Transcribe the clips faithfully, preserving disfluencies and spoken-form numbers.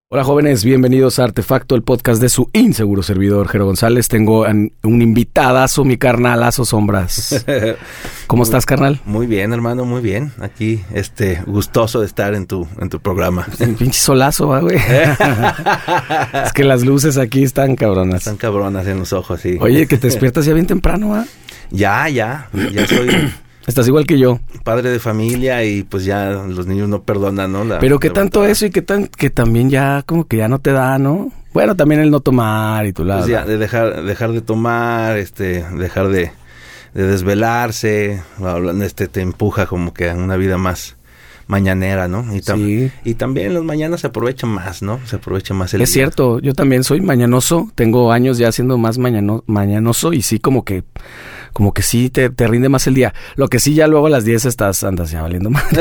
Hola jóvenes, bienvenidos a Artefacto, el podcast de su inseguro servidor, Jero González. Tengo un invitadazo, mi carnalazo Sombras. ¿Cómo estás, carnal? Muy bien, hermano, muy bien. Aquí, este, gustoso de estar en tu, en tu programa. Un pinche solazo, ¿eh, güey? Es que las luces aquí están cabronas. Están cabronas en los ojos, sí. Oye, que te despiertas ya bien temprano, ¿ah? ¿eh? Ya, ya, ya soy... Estás igual que yo. Padre de familia y pues ya los niños no perdonan, ¿no? La, Pero qué la tanto verdad. eso y qué tan que también ya como que ya no te da, ¿no? Bueno, también el no tomar y tu lado. Pues ya, de dejar, dejar de tomar, este, dejar de, de desvelarse, este, te empuja como que a una vida más mañanera, ¿no? Y, tam- Sí. y también las mañanas se aprovechan más, ¿no? Se aprovecha más el Es día. cierto, yo también soy mañanoso, tengo años ya siendo más mañano, mañanoso y sí como que como que sí te, te rinde más el día. Lo que sí ya luego a las diez estás andas ya valiendo mal.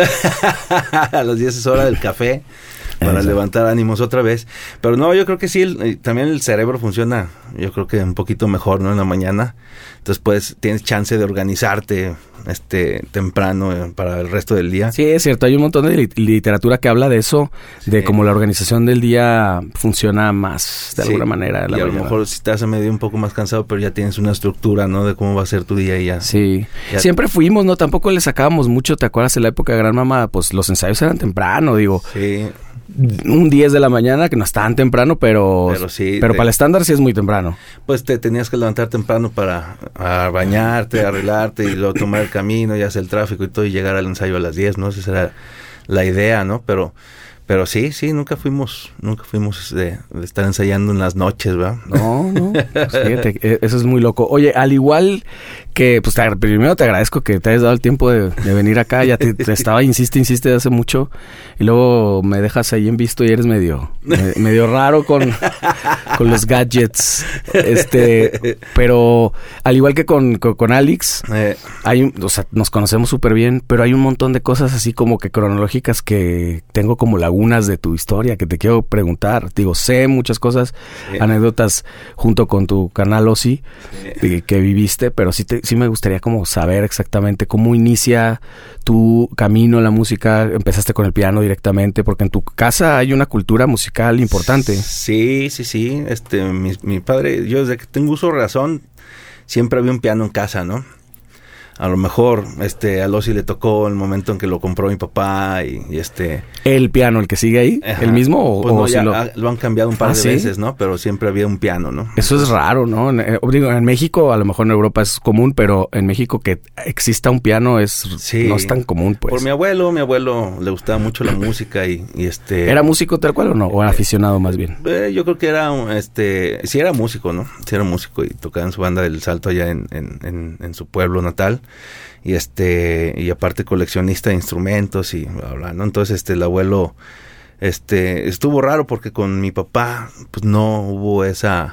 A las diez es hora del café para Exacto. levantar ánimos otra vez. Pero no, yo creo que sí, el, eh, también el cerebro funciona, yo creo que un poquito mejor, ¿no? En la mañana. Entonces, pues, tienes chance de organizarte este temprano eh, para el resto del día. Sí, es cierto, hay un montón de li- literatura que habla de eso, de Sí. cómo la organización del día funciona más de Sí, alguna manera. de la y a lo mañana. mejor si estás a medio un poco más cansado, pero ya tienes una estructura, ¿no? De cómo va a ser tu día y ya. Sí, Ya- siempre fuimos, ¿no? Tampoco le sacábamos mucho, ¿te acuerdas? En la época de Gran Mamá, pues los ensayos eran temprano, digo, Sí, un diez de la mañana, que no es tan temprano, pero, Pero sí, pero te- para el estándar sí es muy temprano. pues te tenías que levantar temprano para a bañarte, arreglarte y luego tomar el camino, ya sea el tráfico y todo, y llegar al ensayo a las diez, ¿no? Esa era la idea, ¿no? Pero pero sí, sí, nunca fuimos, nunca fuimos de, de estar ensayando en las noches, ¿verdad? No, no, fíjate, eh, eso es muy loco. Oye, al igual que, pues te, primero te agradezco que te hayas dado el tiempo de, de venir acá, ya te, te estaba, insiste, insiste de hace mucho, y luego me dejas ahí en visto y eres medio, me- medio raro con, con los gadgets, este, pero al igual que con, con, con Alex, Eh, hay, un- o sea, nos conocemos súper bien, pero hay un montón de cosas así como que cronológicas que tengo como lagunas de tu historia que te quiero preguntar. Digo, sé muchas cosas, Sí. anécdotas junto con tu canal Ozzy que, que viviste, pero sí, te, sí me gustaría como saber exactamente cómo inicia tu camino en la música. Empezaste con el piano directamente, porque en tu casa hay una cultura musical importante. Sí, sí, sí. Este, mi, mi padre, yo desde que tengo uso de razón, siempre había un piano en casa, ¿no? A lo mejor, este, a Ozzy le tocó el momento en que lo compró mi papá y, y este... ¿El piano, el que sigue ahí? ajá. ¿El mismo? O, Pues o no, si ya lo... ha- lo han cambiado un par ¿Ah, de sí? veces, ¿no? Pero siempre había un piano, ¿no? Eso es raro, ¿no? En, eh, digo, en México, a lo mejor en Europa es común, pero en México que exista un piano es Sí. no es tan común, pues. Por mi abuelo, mi abuelo le gustaba mucho la música y, y este... ¿Era músico tal cual o no? ¿O era aficionado más bien? Eh, yo creo que era, un, este, sí era músico, ¿no? Sí era músico y tocaba en su banda del Salto allá en, en, en, en su pueblo natal. Y este, y aparte coleccionista de instrumentos y bla, bla, ¿no? Entonces, este, el abuelo, este, estuvo raro porque con mi papá, pues no hubo esa,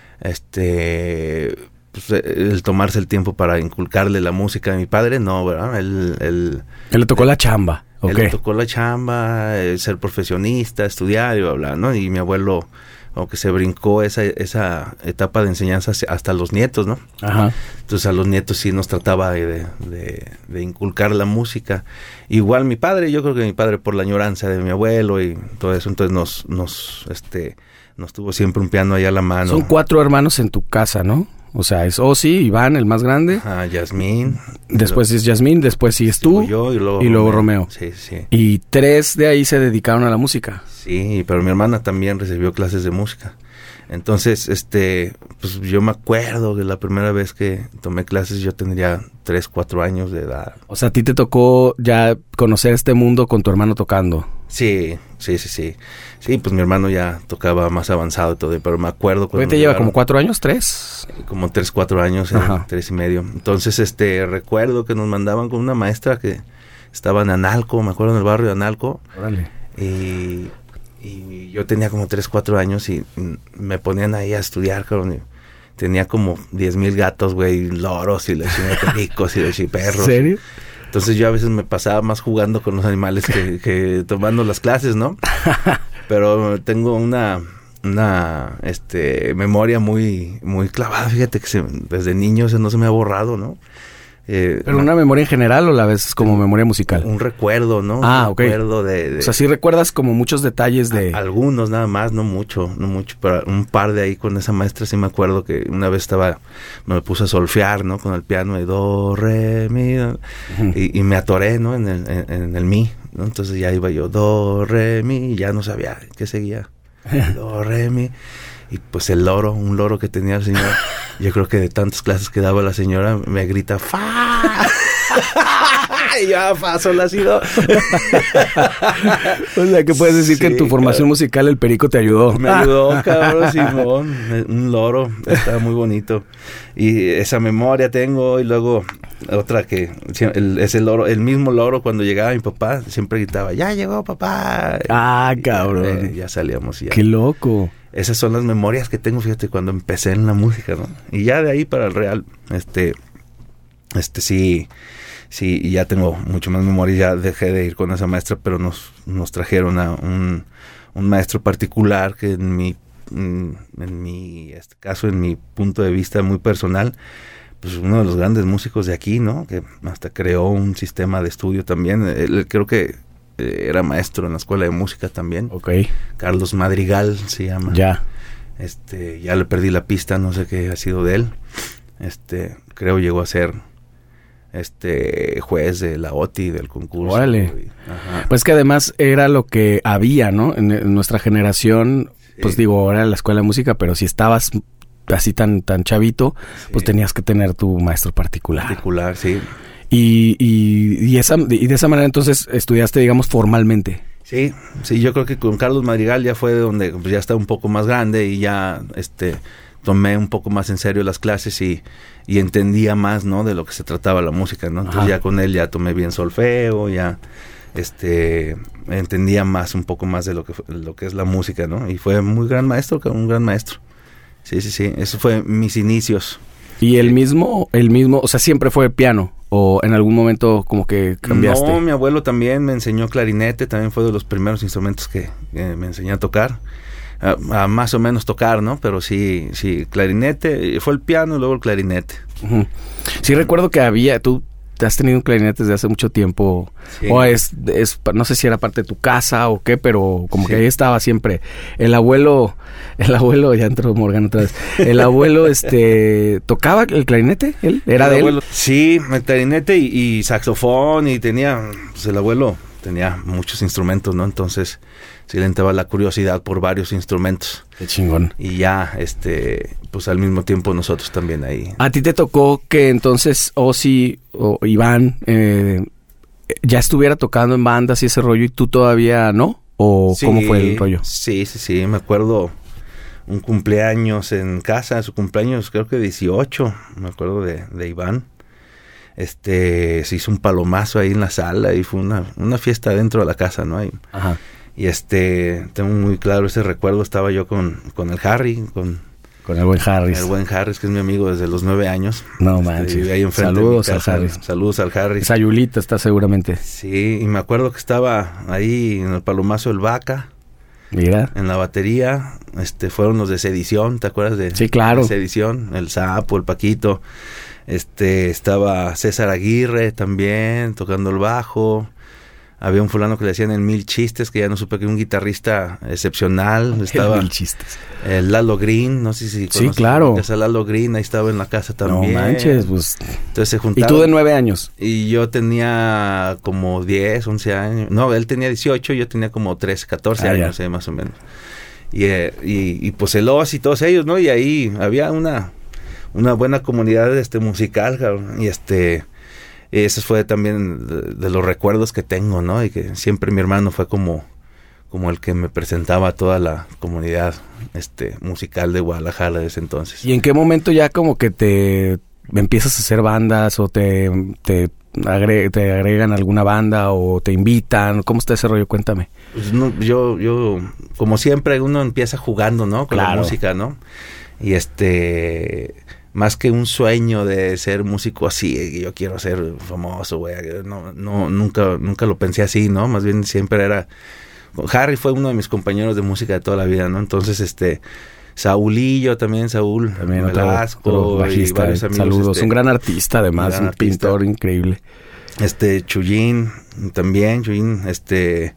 este, pues, el tomarse el tiempo para inculcarle la música a mi padre, no, ¿verdad? Él, él, Él le tocó la chamba, ¿ok? él le tocó la chamba, eh, ser profesionista, estudiar y bla, bla, ¿no? Y mi abuelo, aunque se brincó esa, esa etapa de enseñanza hasta los nietos, ¿no? Ajá. Entonces a los nietos sí nos trataba de, de, de inculcar la música. Igual mi padre, yo creo que mi padre por la añoranza de mi abuelo y todo eso, entonces nos, nos, este, nos tuvo siempre un piano ahí a la mano. Son cuatro hermanos en tu casa, ¿no? O sea, es Ozzy, Iván, el más grande. Ah, Yasmín. Después es Yasmín, después sigues tú. Yo y luego, y luego Romeo. Sí, sí. Y tres de ahí se dedicaron a la música. Sí, pero mi hermana también recibió clases de música. Entonces, este, pues yo me acuerdo que la primera vez que tomé clases yo tendría tres, cuatro años de edad. O sea, a ti te tocó ya conocer este mundo con tu hermano tocando. Sí, sí, sí, sí. Sí, pues mi hermano ya tocaba más avanzado y todo, pero me acuerdo cuando... ¿Hoy te lleva llegaron- como cuatro años? ¿Tres? Como tres, cuatro años, eh, Ajá. tres y medio. Entonces, este, recuerdo que nos mandaban con una maestra que estaba en Analco, me acuerdo en el barrio de Analco, Órale. y, y yo tenía como tres, cuatro años y mm, me ponían ahí a estudiar, cabrón. y Tenía como diez mil gatos, güey, loros y leche pericos y leche perros. ¿En serio? Entonces yo a veces me pasaba más jugando con los animales que, que tomando las clases, ¿no? Pero tengo una, una este, memoria muy, muy clavada, fíjate que se, desde niño se no se me ha borrado, ¿no? Eh, ¿Pero una memoria en general o la ves como memoria musical? Un recuerdo, ¿no? Ah, un ok. recuerdo de, de... O sea, sí recuerdas como muchos detalles de... A, algunos nada más, no mucho, no mucho, pero un par de ahí con esa maestra sí me acuerdo que una vez estaba, me puse a solfear, ¿no? Con el piano y do, re, mi, do, uh-huh. y, y me atoré, ¿no? En el, en, en el mi, ¿no? Entonces ya iba yo, do, re, mi, y ya no sabía qué seguía. Do, re, mi. Y pues el loro, un loro que tenía el señor, yo creo que de tantas clases que daba la señora, me grita, ¡fa! Y ya, fa, sol, ha sido. O sea, que puedes decir sí, que en tu formación cabrón. musical el perico te ayudó. Me ayudó, cabrón, Simón. Un loro, está muy bonito. Y esa memoria tengo, y luego otra que, el, ese loro, el mismo loro cuando llegaba mi papá, siempre gritaba, ¡ya llegó papá! Ah, cabrón. Ya, eh, ya salíamos y ya. ¡Qué loco! Esas son las memorias que tengo, fíjate, cuando empecé en la música, ¿no? Y ya de ahí para el real, este, este sí, sí, y ya tengo mucho más memoria, ya dejé de ir con esa maestra, pero nos, nos trajeron a un, un maestro particular que en mi, en mi, este caso, en mi punto de vista muy personal, pues uno de los grandes músicos de aquí, ¿no? Que hasta creó un sistema de estudio también, él, creo que era maestro en la escuela de música también. Ok. Carlos Madrigal se llama. Ya. Este, ya le perdí la pista, no sé qué ha sido de él. Este, creo llegó a ser este juez de la O T I del concurso. Órale. Y, pues que además era lo que había, ¿no? En, en nuestra generación, sí. Pues digo, ahora en la escuela de música, pero si estabas así tan tan chavito, sí. Pues tenías que tener tu maestro particular. Particular, sí. Y, y, y, esa, y de esa manera entonces estudiaste, digamos, formalmente. Sí, sí, yo creo que con Carlos Madrigal ya fue donde pues, ya estaba un poco más grande y ya este tomé un poco más en serio las clases y, y entendía más, ¿no? De lo que se trataba la música, ¿no? Entonces Ajá. ya con él ya tomé bien solfeo, ya este entendía más, un poco más de lo que lo que es la música, ¿no? Y fue muy gran maestro, un gran maestro. Sí, sí, sí, eso fue mis inicios. Y el mismo, el mismo, o sea, siempre fue piano, o en algún momento como que cambiaste. No, mi abuelo también me enseñó clarinete, también fue de los primeros instrumentos que, que me enseñó a tocar, a, a más o menos tocar, ¿no? Pero sí, sí, clarinete, fue el piano y luego el clarinete. Uh-huh. Sí, recuerdo que había, tú has tenido un clarinete desde hace mucho tiempo, sí. O es, es, no sé si era parte de tu casa o qué, pero como sí. Que ahí estaba siempre. El abuelo, el abuelo, ya entró Morgan otra vez, el abuelo, este, ¿tocaba el clarinete? ¿Él? ¿Era el de abuelo, él? Sí, el clarinete y, y saxofón y tenía, pues el abuelo tenía muchos instrumentos, ¿no? Entonces sí le entraba la curiosidad por varios instrumentos. Qué chingón. Y ya, este, pues al mismo tiempo nosotros también ahí. ¿A ti te tocó que entonces Ozzy o Iván eh, ya estuviera tocando en bandas y ese rollo y tú todavía no? ¿O sí, cómo fue el rollo? Sí, sí, sí, me acuerdo un cumpleaños en casa, su cumpleaños creo que dieciocho, me acuerdo de, de Iván. Este, se hizo un palomazo ahí en la sala y fue una, una fiesta dentro de la casa, ¿no? Y, Ajá. Y este, tengo muy claro ese recuerdo, estaba yo con, con el Harry, con... Con el buen Harris. El buen Harris, que es mi amigo desde los nueve años. No este, manches. Vive ahí enfrente Saludos de mi casa. al Harris. Saludos al Harris. Sayulita está seguramente. Sí, y me acuerdo que estaba ahí en el palomazo del Vaca. Mira. En la batería. Este, fueron los de Sedición, ¿te acuerdas de? Sí, claro. De Sedición, el Sapo, el Paquito. Este, estaba César Aguirre también, tocando el bajo. Había un fulano que le hacían el Mil Chistes, que ya no supe que un guitarrista excepcional. Estaba el Mil Chistes. El Lalo Green, no sé si sí, claro. Ese Lalo Green, ahí estaba en la casa también. No manches, pues. Entonces se juntaron. ¿Y tú de nueve años? Y yo tenía como diez, once años. No, él tenía dieciocho, yo tenía como trece, catorce ah, años, eh, más o menos. Y, eh, y, y pues el Oz y todos ellos, ¿no? Y ahí había una, una buena comunidad este, musical, cabrón. Y este... Ese fue también de, de los recuerdos que tengo, ¿no? Y que siempre mi hermano fue como, como el que me presentaba a toda la comunidad este, musical de Guadalajara de ese entonces. ¿Y en qué momento ya como que te empiezas a hacer bandas o te, te, agre- te agregan alguna banda o te invitan? ¿Cómo está ese rollo? Cuéntame. Pues no, yo, yo, como siempre, uno empieza jugando, ¿no? Con claro. La música, ¿no? Y este... Más que un sueño de ser músico así, yo quiero ser famoso, güey. No, no, nunca, nunca lo pensé así, ¿no? Más bien siempre era... Harry fue uno de mis compañeros de música de toda la vida, ¿no? Entonces, este... Saulillo también, Saúl también Velasco, otro, otro bajista, y varios amigos. Saludos, este, un gran artista además, un, gran un artista. pintor increíble. Este, Chuyín, también, Chuyín, este,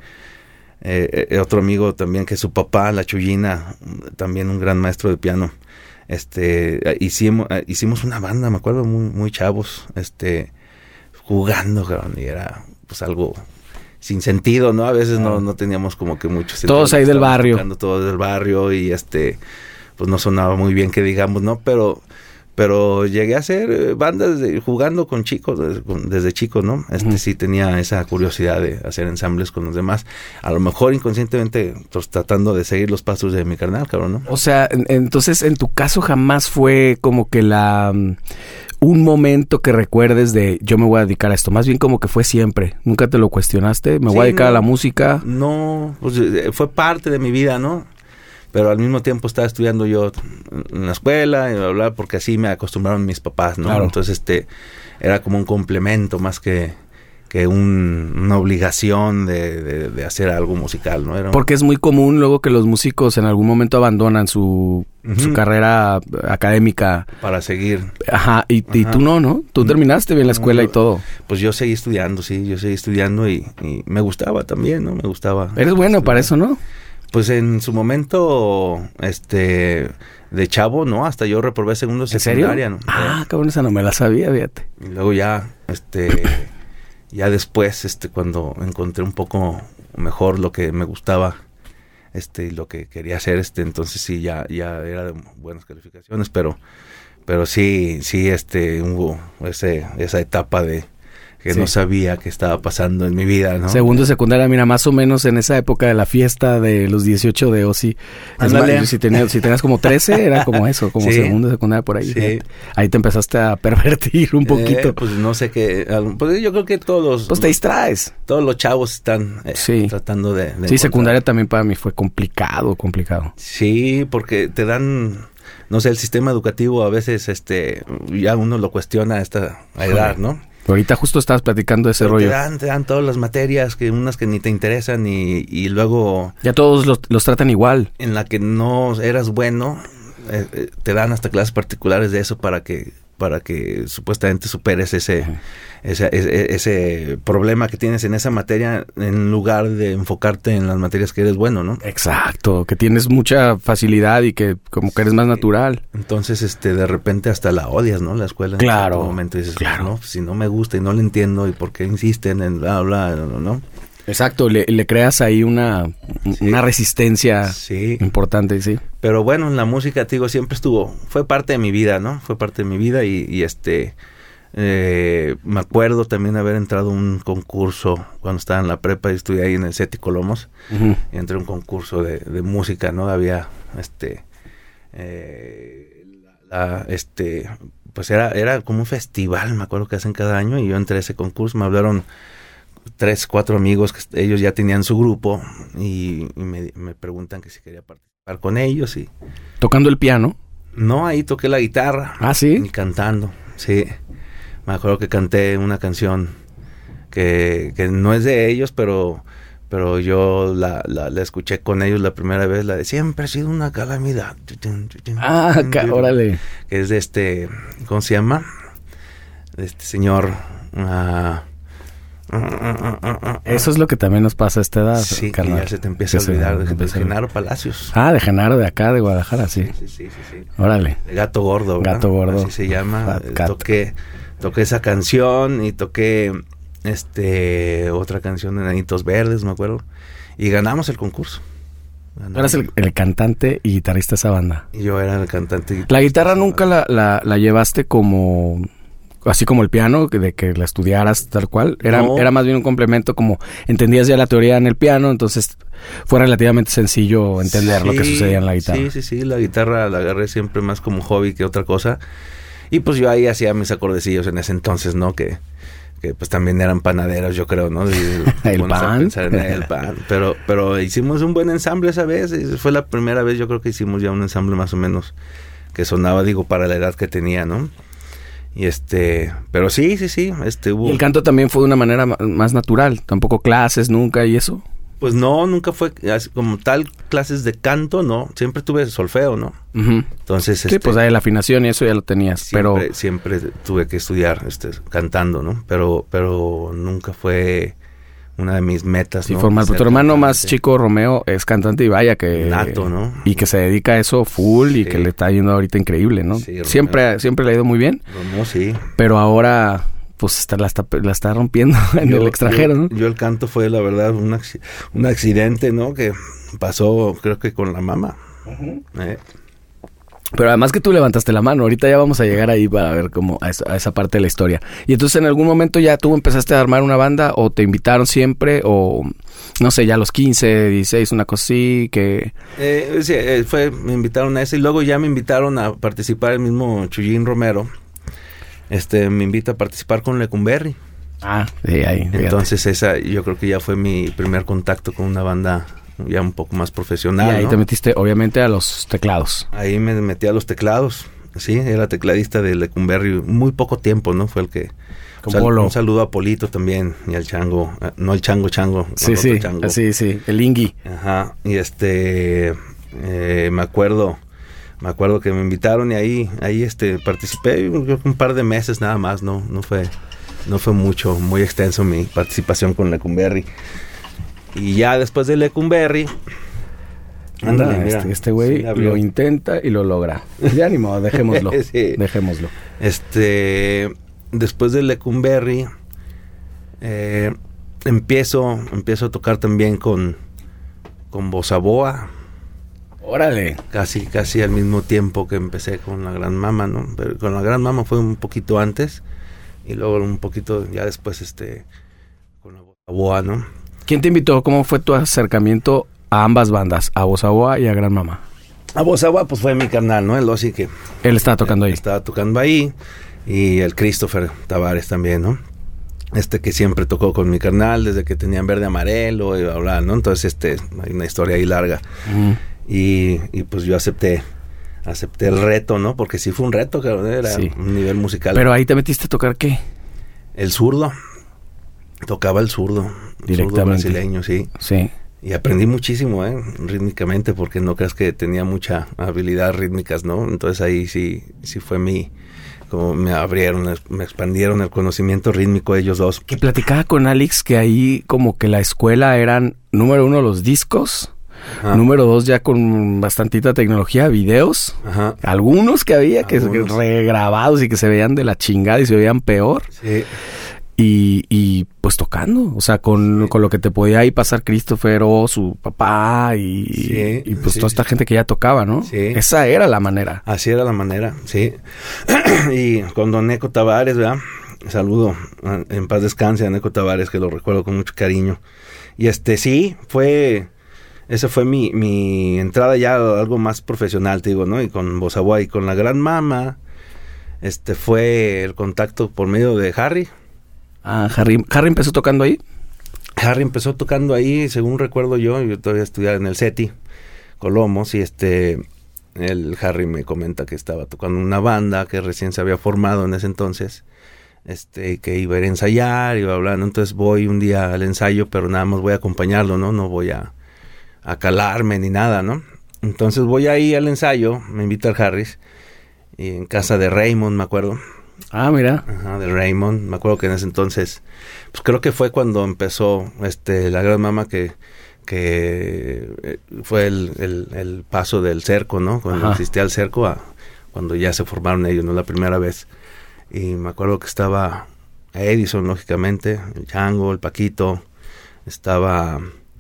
eh, eh, otro amigo también que su papá, la Chuyina, también un gran maestro de piano. Este, hicimos, hicimos una banda, me acuerdo, muy, muy chavos, este, jugando, cabrón, y era pues algo sin sentido, ¿no? A veces no, no teníamos como que mucho sentido. Todos ahí del barrio. Todos del barrio y este, pues no sonaba muy bien que digamos, ¿no? Pero... Pero llegué a hacer bandas de, jugando con chicos, desde, desde chicos, ¿no? Este uh-huh. sí tenía esa curiosidad de hacer ensambles con los demás. A lo mejor inconscientemente, pues tratando de seguir los pasos de mi carnal, cabrón, ¿no? O sea, en, entonces en tu caso jamás fue como que la... Um, un momento que recuerdes de yo me voy a dedicar a esto. Más bien como que fue siempre. ¿Nunca te lo cuestionaste? ¿Me sí, voy a dedicar no, a la música? No, pues fue parte de mi vida, ¿no? Pero al mismo tiempo estaba estudiando yo en la escuela y bla, bla, porque así me acostumbraron mis papás, ¿no? Claro. Entonces, este, era como un complemento más que, que un, una obligación de, de, de hacer algo musical, ¿no? Era un... Porque es muy común luego que los músicos en algún momento abandonan su, uh-huh. su carrera académica. Para seguir. Ajá, y, Ajá. y tú no, ¿no? Tú terminaste bien la escuela no, y todo. Pues yo seguí estudiando, sí, yo seguí estudiando y, y me gustaba también, ¿no? Me gustaba. Eres bueno estudiar. Para eso, ¿no? Pues en su momento, este, de chavo, ¿no? Hasta yo reprobé segundo de secundaria, ¿no? Ah, cabrón, esa no me la sabía, fíjate. Y luego ya, este, ya después, este, cuando encontré un poco mejor lo que me gustaba, este, y lo que quería hacer, este, entonces sí, ya, ya era de buenas calificaciones, pero, pero sí, sí, este, hubo ese, esa etapa de que sí. no sabía qué estaba pasando en mi vida, ¿no? Segundo de secundaria, mira, más o menos en esa época de la fiesta de los dieciocho de Ozzy. Es más, si tenías, si tenías como trece, era como eso, como sí. segundo de secundaria por ahí. Sí. Ahí te empezaste a pervertir un poquito. Eh, pues no sé qué, pues yo creo que todos... Pues te distraes. Todos los chavos están eh, sí. tratando de... de sí, encontrar. Secundaria también para mí fue complicado, complicado. Sí, porque te dan... No sé, el sistema educativo a veces, este, ya uno lo cuestiona a esta edad, ¿no? Ahorita justo estabas platicando de ese Pero rollo. Te dan, te dan todas las materias, que unas que ni te interesan y, y luego... Ya todos los, los tratan igual. En la que no eras bueno, eh, eh, te dan hasta clases particulares de eso para que para que supuestamente superes ese, uh-huh. ese, ese, ese problema que tienes en esa materia en lugar de enfocarte en las materias que eres bueno, ¿no? Exacto, que tienes mucha facilidad y que como que eres más natural. Entonces, este, de repente hasta la odias, ¿no? La escuela. Claro. En un momento dices, claro. no, si no me gusta y no le entiendo y por qué insisten en bla, bla, no, no. Exacto, le, le creas ahí una, sí. una resistencia sí. importante, sí. Pero bueno, la música, te digo, siempre estuvo, fue parte de mi vida, ¿no? Fue parte de mi vida y, y este, eh, me acuerdo también haber entrado a un concurso cuando estaba en la prepa y estudié ahí en el CETI Colomos. Uh-huh. Y entré a un concurso de, de música, ¿no? Había, este, eh, la, la, este, pues era, era como un festival, me acuerdo que hacen cada año y yo entré a ese concurso, me hablaron tres, cuatro amigos que ellos ya tenían su grupo y, y me, me preguntan que si quería participar con ellos y... ¿Tocando el piano? No, ahí toqué la guitarra. ¿Ah, sí? Y cantando, sí. Me acuerdo que canté una canción que, que no es de ellos, pero, pero yo la, la, la escuché con ellos la primera vez, la de Siempre ha sido una calamidad. Ah, ca- órale. Que es de este, ¿cómo se llama? De este señor... Uh, Uh, uh, uh, uh, Eso es lo que también nos pasa a esta edad, sí, carnal. Que ya se te empieza que a olvidar de, de Genaro Palacios. Ah, de Genaro de acá, de Guadalajara, sí. Sí, sí, sí, sí, sí. Órale. De Gato Gordo, ¿verdad? Gato Gordo. Así se llama. Eh, toqué, toqué esa canción y toqué este otra canción de Enanitos Verdes, me acuerdo. Y ganamos el concurso. Ganamos. Eras el, el cantante y guitarrista de esa banda. Y yo era el cantante y guitarrista. ¿La guitarra nunca la, la, la llevaste como... así como el piano, de que la estudiaras tal cual? Era, no. era más bien un complemento, como entendías ya la teoría en el piano, entonces fue relativamente sencillo entender sí, lo que sucedía en la guitarra. Sí, sí, sí, la guitarra la agarré siempre más como hobby que otra cosa. Y pues yo ahí hacía mis acordecillos en ese entonces, ¿no? Que, que pues también eran panaderos, yo creo, ¿no? Y, el pan. En el pan. Pero, pero hicimos un buen ensamble esa vez. Fue la primera vez, yo creo que hicimos ya un ensamble más o menos que sonaba, digo, para la edad que tenía, ¿no? Y este, pero sí, sí, sí, este hubo... Y el canto también fue de una manera más natural, tampoco clases nunca y eso. Pues no, nunca fue así como tal clases de canto, no. Siempre tuve solfeo, ¿no? Uh-huh. Entonces, sí, este, pues ahí la afinación y eso ya lo tenías, siempre, pero... Siempre tuve que estudiar este, cantando, ¿no? Pero, pero nunca fue una de mis metas, sí, ¿no? formal. Pero tu hermano cantante. Más chico, Romeo, es cantante y vaya que... Nato, ¿no? Y que se dedica a eso full y sí. que le está yendo ahorita increíble, ¿no? Sí, siempre, siempre le ha ido muy bien. Romeo, sí. Pero ahora... pues está, la, está, la está rompiendo en yo, el extranjero, yo, ¿no? Yo el canto fue, la verdad, un, acc- un accidente, ¿no? Que pasó, creo que con la mamá. Uh-huh. Eh. Pero además que tú levantaste la mano, ahorita ya vamos a llegar ahí para ver cómo a esa, a esa parte de la historia. Y entonces en algún momento ya tú empezaste a armar una banda o te invitaron siempre o no sé, ya a los quince, dieciséis, una cosa así que... Eh, sí, eh, fue, me invitaron a eso y luego ya me invitaron a participar el mismo Chuyín Romero. Este, me invita a participar con Lecumberri. Ah, sí, ahí. Fíjate. Entonces esa, yo creo que ya fue mi primer contacto con una banda ya un poco más profesional. Y ahí, ¿no?, te metiste, obviamente, a los teclados. Ahí me metí a los teclados. Sí, era tecladista de Lecumberri muy poco tiempo, ¿no? Fue el que... Con sal, Polo. Un saludo a Polito también y al Chango. No el Chango Chango. Sí, sí, chango. sí, sí, el Ingui. Ajá, y este... Eh, me acuerdo... Me acuerdo que me invitaron y ahí, ahí este, participé un, un par de meses nada más, no, no fue, no fue mucho, muy extenso mi participación con Lecumberri. Y ya después de Lecumberri, ándale, este, este güey sí, lo intenta y lo logra. Ya ni modo, dejémoslo, sí. dejémoslo. Este, después de Lecumberri, eh, empiezo, empiezo a tocar también con, con Bossa Boa. Órale. Casi, casi al mismo tiempo que empecé con la Gran Mama, ¿no? Pero con la Gran Mama fue un poquito antes y luego un poquito ya después, este, con la Bossa Boa, ¿no? ¿Quién te invitó? ¿Cómo fue tu acercamiento a ambas bandas, a Bossa Boa y a Gran Mama? A Bossa Boa, pues fue mi carnal, ¿no? El Ozzy que... Él estaba tocando él, ahí. Estaba tocando ahí y el Christopher Tavares también, ¿no? Este que siempre tocó con mi carnal desde que tenían Verde Amarelo y bla, bla, ¿no? Entonces, este, hay una historia ahí larga. Uh-huh. Y, y pues yo acepté acepté el reto, ¿no? Porque sí fue un reto, claro, era sí. un nivel musical. Pero ahí te metiste a tocar ¿qué? El zurdo. Tocaba el zurdo. El zurdo brasileño, sí. Sí. Y aprendí muchísimo, ¿eh? Rítmicamente, porque no creas que tenía mucha habilidad rítmicas, ¿no? Entonces ahí sí, sí fue mi... como me abrieron, me expandieron el conocimiento rítmico de ellos dos. Que platicaba con Alex que ahí como que la escuela eran, número uno, los discos... Ajá. Número dos, ya con bastantita tecnología, videos. Ajá. Algunos que había que, que regrabados y que se veían de la chingada y se veían peor. Sí. Y, y pues tocando, o sea, con, sí. con lo que te podía ahí pasar Christopher o su papá y, sí, y pues sí, toda esta sí. gente que ya tocaba, ¿no? Sí. Esa era la manera. Así era la manera, sí. Y con don Neco Tavares, ¿verdad? Saludo, en paz descanse a Neco Tavares, que lo recuerdo con mucho cariño. Y este, sí, fue... Esa fue mi, mi entrada ya a algo más profesional, te digo, ¿no? Y con Bossa Boa y con la Gran Mama, este fue el contacto por medio de Harry. Ah, Harry, ¿Harry empezó tocando ahí? Harry empezó tocando ahí, según recuerdo yo, yo todavía estudiaba en el CETI, Colomos, y este, el Harry me comenta que estaba tocando una banda que recién se había formado en ese entonces, este, que iba a ir a ensayar, iba hablando, entonces voy un día al ensayo, pero nada más voy a acompañarlo, ¿no? No voy a... a calarme ni nada, ¿no? Entonces voy ahí al ensayo, me invita el Harris, y en casa de Raymond, me acuerdo. Ah, mira. Ajá, de Raymond, me acuerdo que en ese entonces, pues creo que fue cuando empezó este la Gran Mama que, que eh, fue el, el, el paso del cerco, ¿no? Cuando Ajá. existía el cerco, a, cuando ya se formaron ellos, ¿no? La primera vez. Y me acuerdo que estaba Edison, lógicamente, el Chango, el Paquito, estaba...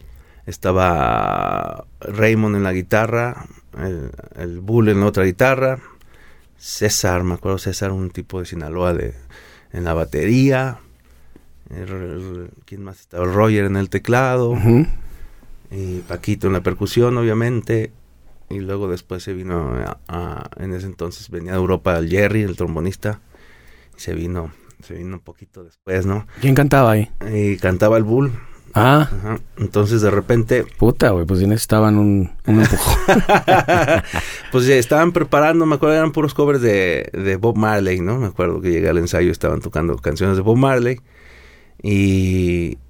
Estaba Raymond en la guitarra, el, el Bull en la otra guitarra, César, me acuerdo César, un tipo de Sinaloa de, en la batería, el, el, ¿quién más estaba? Roger en el teclado, uh-huh. y Paquito en la percusión, obviamente, y luego después se vino, a, a, en ese entonces venía de Europa el Jerry, el trombonista, y se vino, se vino un poquito después, ¿no? ¿Quién cantaba ahí? Y cantaba el Bull. Ah. Ajá. Entonces de repente... Puta, güey, pues sí necesitaban un, un empujón. Pues ya estaban preparando, me acuerdo, eran puros covers de, de Bob Marley, ¿no? Me acuerdo que llegué al ensayo, estaban tocando canciones de Bob Marley. Y,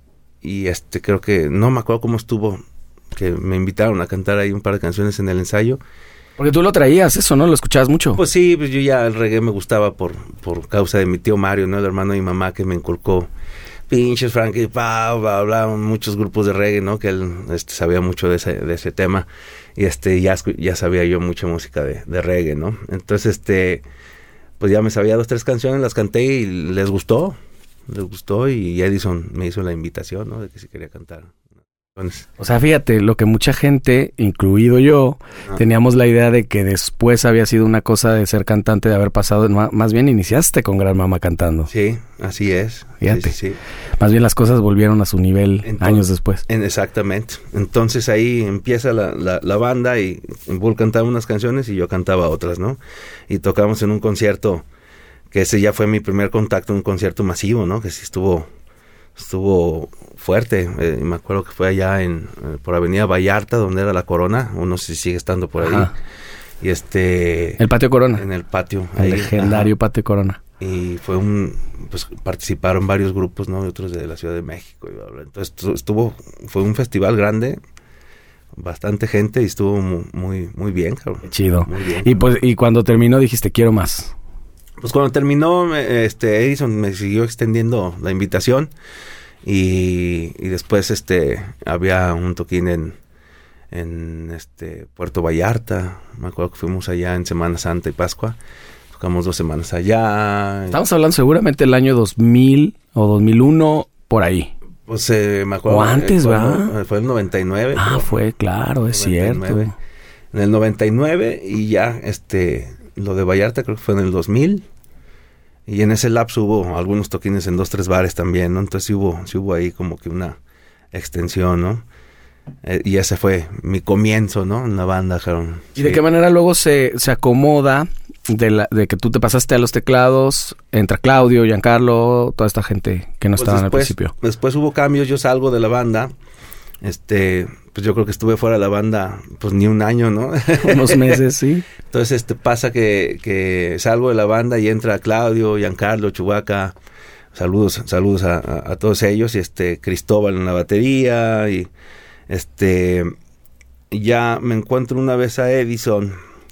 y este creo que, no me acuerdo cómo estuvo, que me invitaron a cantar ahí un par de canciones en el ensayo. Porque tú lo traías, eso, ¿no? Lo escuchabas mucho. Pues sí, pues yo ya el reggae me gustaba por, por causa de mi tío Mario, ¿no? El hermano de mi mamá que me inculcó pinches Frankie, bla, bla, bla, muchos grupos de reggae, ¿no? Que él este, sabía mucho de ese, de ese tema. Y este ya, ya sabía yo mucha música de, de reggae, ¿no? Entonces, este, pues ya me sabía dos, tres canciones, las canté y les gustó. Les gustó y Edison me hizo la invitación, ¿no? De que si quería cantar. Entonces, o sea, fíjate, lo que mucha gente, incluido yo, ah. teníamos la idea de que después había sido una cosa de ser cantante, de haber pasado, más bien iniciaste con Gran Mama cantando. Sí, así es. Fíjate, sí, sí, sí. Más bien las cosas volvieron a su nivel Entonces, años después. En, exactamente. Entonces ahí empieza la, la, la banda y Bull cantaba unas canciones y yo cantaba otras, ¿no? Y tocamos en un concierto, que ese ya fue mi primer contacto, un concierto masivo, ¿no? Que sí estuvo... Estuvo fuerte, eh, me acuerdo que fue allá en eh, por Avenida Vallarta, donde era la Corona, o no sé si sigue estando por ahí. Ajá. Y este... El Patio Corona. En el patio. El ahí, legendario ajá. Patio Corona. Y fue un... Pues participaron varios grupos, ¿no? Y otros de la Ciudad de México. Y bla, bla. Entonces estuvo... Fue un festival grande, bastante gente, y estuvo muy, muy, muy bien, cabrón. Qué chido. Muy bien, y pues y cuando terminó dijiste, quiero más. Pues cuando terminó, este Edison me siguió extendiendo la invitación y, y después este había un toquín en, en este Puerto Vallarta. Me acuerdo que fuimos allá en Semana Santa y Pascua. Tocamos dos semanas allá. Estamos hablando seguramente del año dos mil o dos mil uno, por ahí. Pues eh, me acuerdo. O antes, eh, ¿verdad? Fue, fue el noventa y nueve. Ah, fue, claro, es noventa y nueve. Cierto. En el noventa y nueve y ya este... Lo de Vallarta creo que fue en el dos mil. Y en ese lapso hubo algunos toquines en dos, tres bares también, ¿no? Entonces sí hubo, sí hubo ahí como que una extensión, ¿no? Eh, y ese fue mi comienzo, ¿no? En la banda, Jaron. ¿Y sí. de qué manera luego se, se acomoda de, la, de que tú te pasaste a los teclados, entra Claudio, Giancarlo, toda esta gente que no pues estaba después, al principio? Después hubo cambios, yo salgo de la banda. Este, pues yo creo que estuve fuera de la banda, pues ni un año, ¿no? Unos meses, sí. Entonces, este, pasa que, que salgo de la banda y entra Claudio, Giancarlo, Chubaca, saludos, saludos a, a, a todos ellos, y este, Cristóbal en la batería, y este, ya me encuentro una vez a Edison,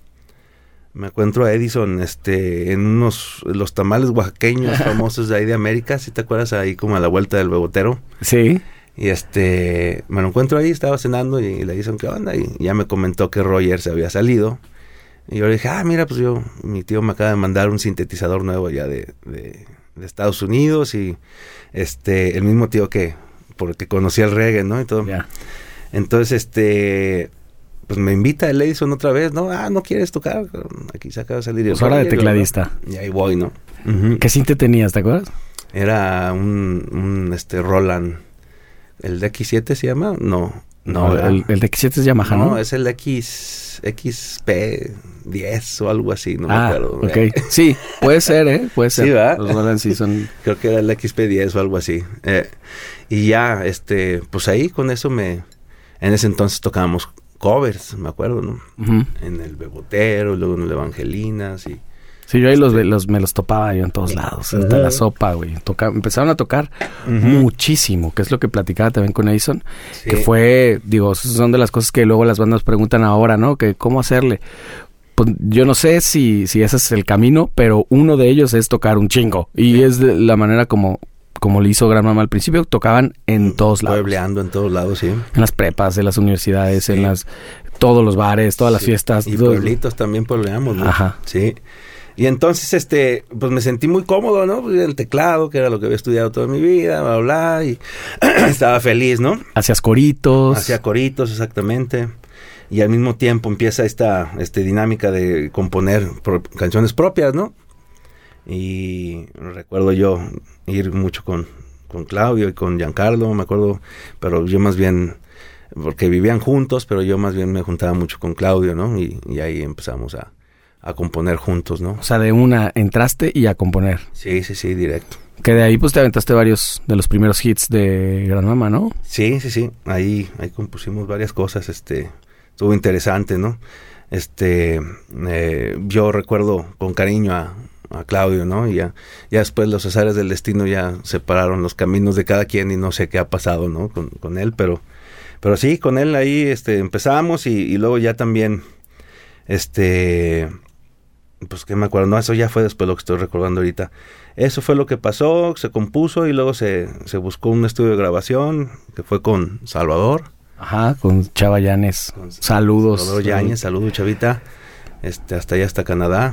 me encuentro a Edison, este, en unos, los tamales oaxaqueños famosos de ahí de América, ¿sí te acuerdas? Ahí como a la vuelta del Bebotero. Sí. Y este, me lo encuentro ahí, estaba cenando y le dicen, ¿qué onda? Y ya me comentó que Roger se había salido. Y yo le dije, ah, mira, pues yo, mi tío me acaba de mandar un sintetizador nuevo ya de, de, de Estados Unidos. Y este, el mismo tío que, porque conocía el reggae, ¿no? Y todo. Yeah. Entonces, este, pues me invita el Edison otra vez, ¿no? Ah, ¿no quieres tocar? Aquí se acaba de salir. Pues ahora de tecladista. ¿No? Y ahí voy, ¿no? Uh-huh. ¿Qué cinte tenías, te acuerdas? Era un, un este, Roland. ¿El de X siete se llama? No. No, no el, el de X siete es Yamaha, ¿no? No, es el X, X P diez o algo así, no ah, me acuerdo. Ok, sí, puede ser, ¿eh? Puede ser. Sí, ¿verdad? Los Roland sí son... Creo que era el X P diez o algo así. Eh, y ya, este, pues ahí con eso me... En ese entonces tocábamos covers, me acuerdo, ¿no? Uh-huh. En el Bebotero, luego en el Evangelinas y... Sí, yo ahí los, los me los topaba yo en todos lados, hasta uh-huh. la sopa, güey. Toca, empezaron a tocar uh-huh. muchísimo, que es lo que platicaba también con Edison, sí. que fue, digo, son de las cosas que luego las bandas preguntan ahora, ¿no? Que cómo hacerle. Pues yo no sé si, si ese es el camino, pero uno de ellos es tocar un chingo. Y sí. es de la manera como, como le hizo Gran Mama al principio, tocaban en todos lados. Puebleando en todos lados, sí. En las prepas, en las universidades, sí. en las todos los bares, todas sí. las fiestas. Y todos... pueblitos también puebleamos, ¿no? Ajá. Sí. Y entonces, este, pues me sentí muy cómodo, ¿no? El teclado, que era lo que había estudiado toda mi vida, bla, bla, y estaba feliz, ¿no? Hacías coritos. Hacía coritos, exactamente. Y al mismo tiempo empieza esta, este, dinámica de componer pro- canciones propias, ¿no? Y recuerdo yo ir mucho con, con Claudio y con Giancarlo, me acuerdo, pero yo más bien, porque vivían juntos, pero yo más bien me juntaba mucho con Claudio, ¿no? Y, y ahí empezamos a... a componer juntos, ¿no? O sea, de una entraste y a componer. Sí, sí, sí, directo. Que de ahí pues te aventaste varios de los primeros hits de Gran Mama, ¿no? Sí, sí, sí. Ahí, ahí compusimos varias cosas, este, estuvo interesante, ¿no? Este, eh, yo recuerdo con cariño a, a Claudio, ¿no? Y ya, ya después los azares del destino ya separaron los caminos de cada quien y no sé qué ha pasado, ¿no? Con, con él, pero, pero sí, con él ahí este, empezamos y, y luego ya también, este, pues qué me acuerdo, no, eso ya fue después lo que estoy recordando ahorita. Eso fue lo que pasó, se compuso y luego se, se buscó un estudio de grabación que fue con Salvador. Ajá, con Chava Yanes. Con, saludos. Salvador Yanes, saludos, Chavita. Este, hasta allá, hasta Canadá.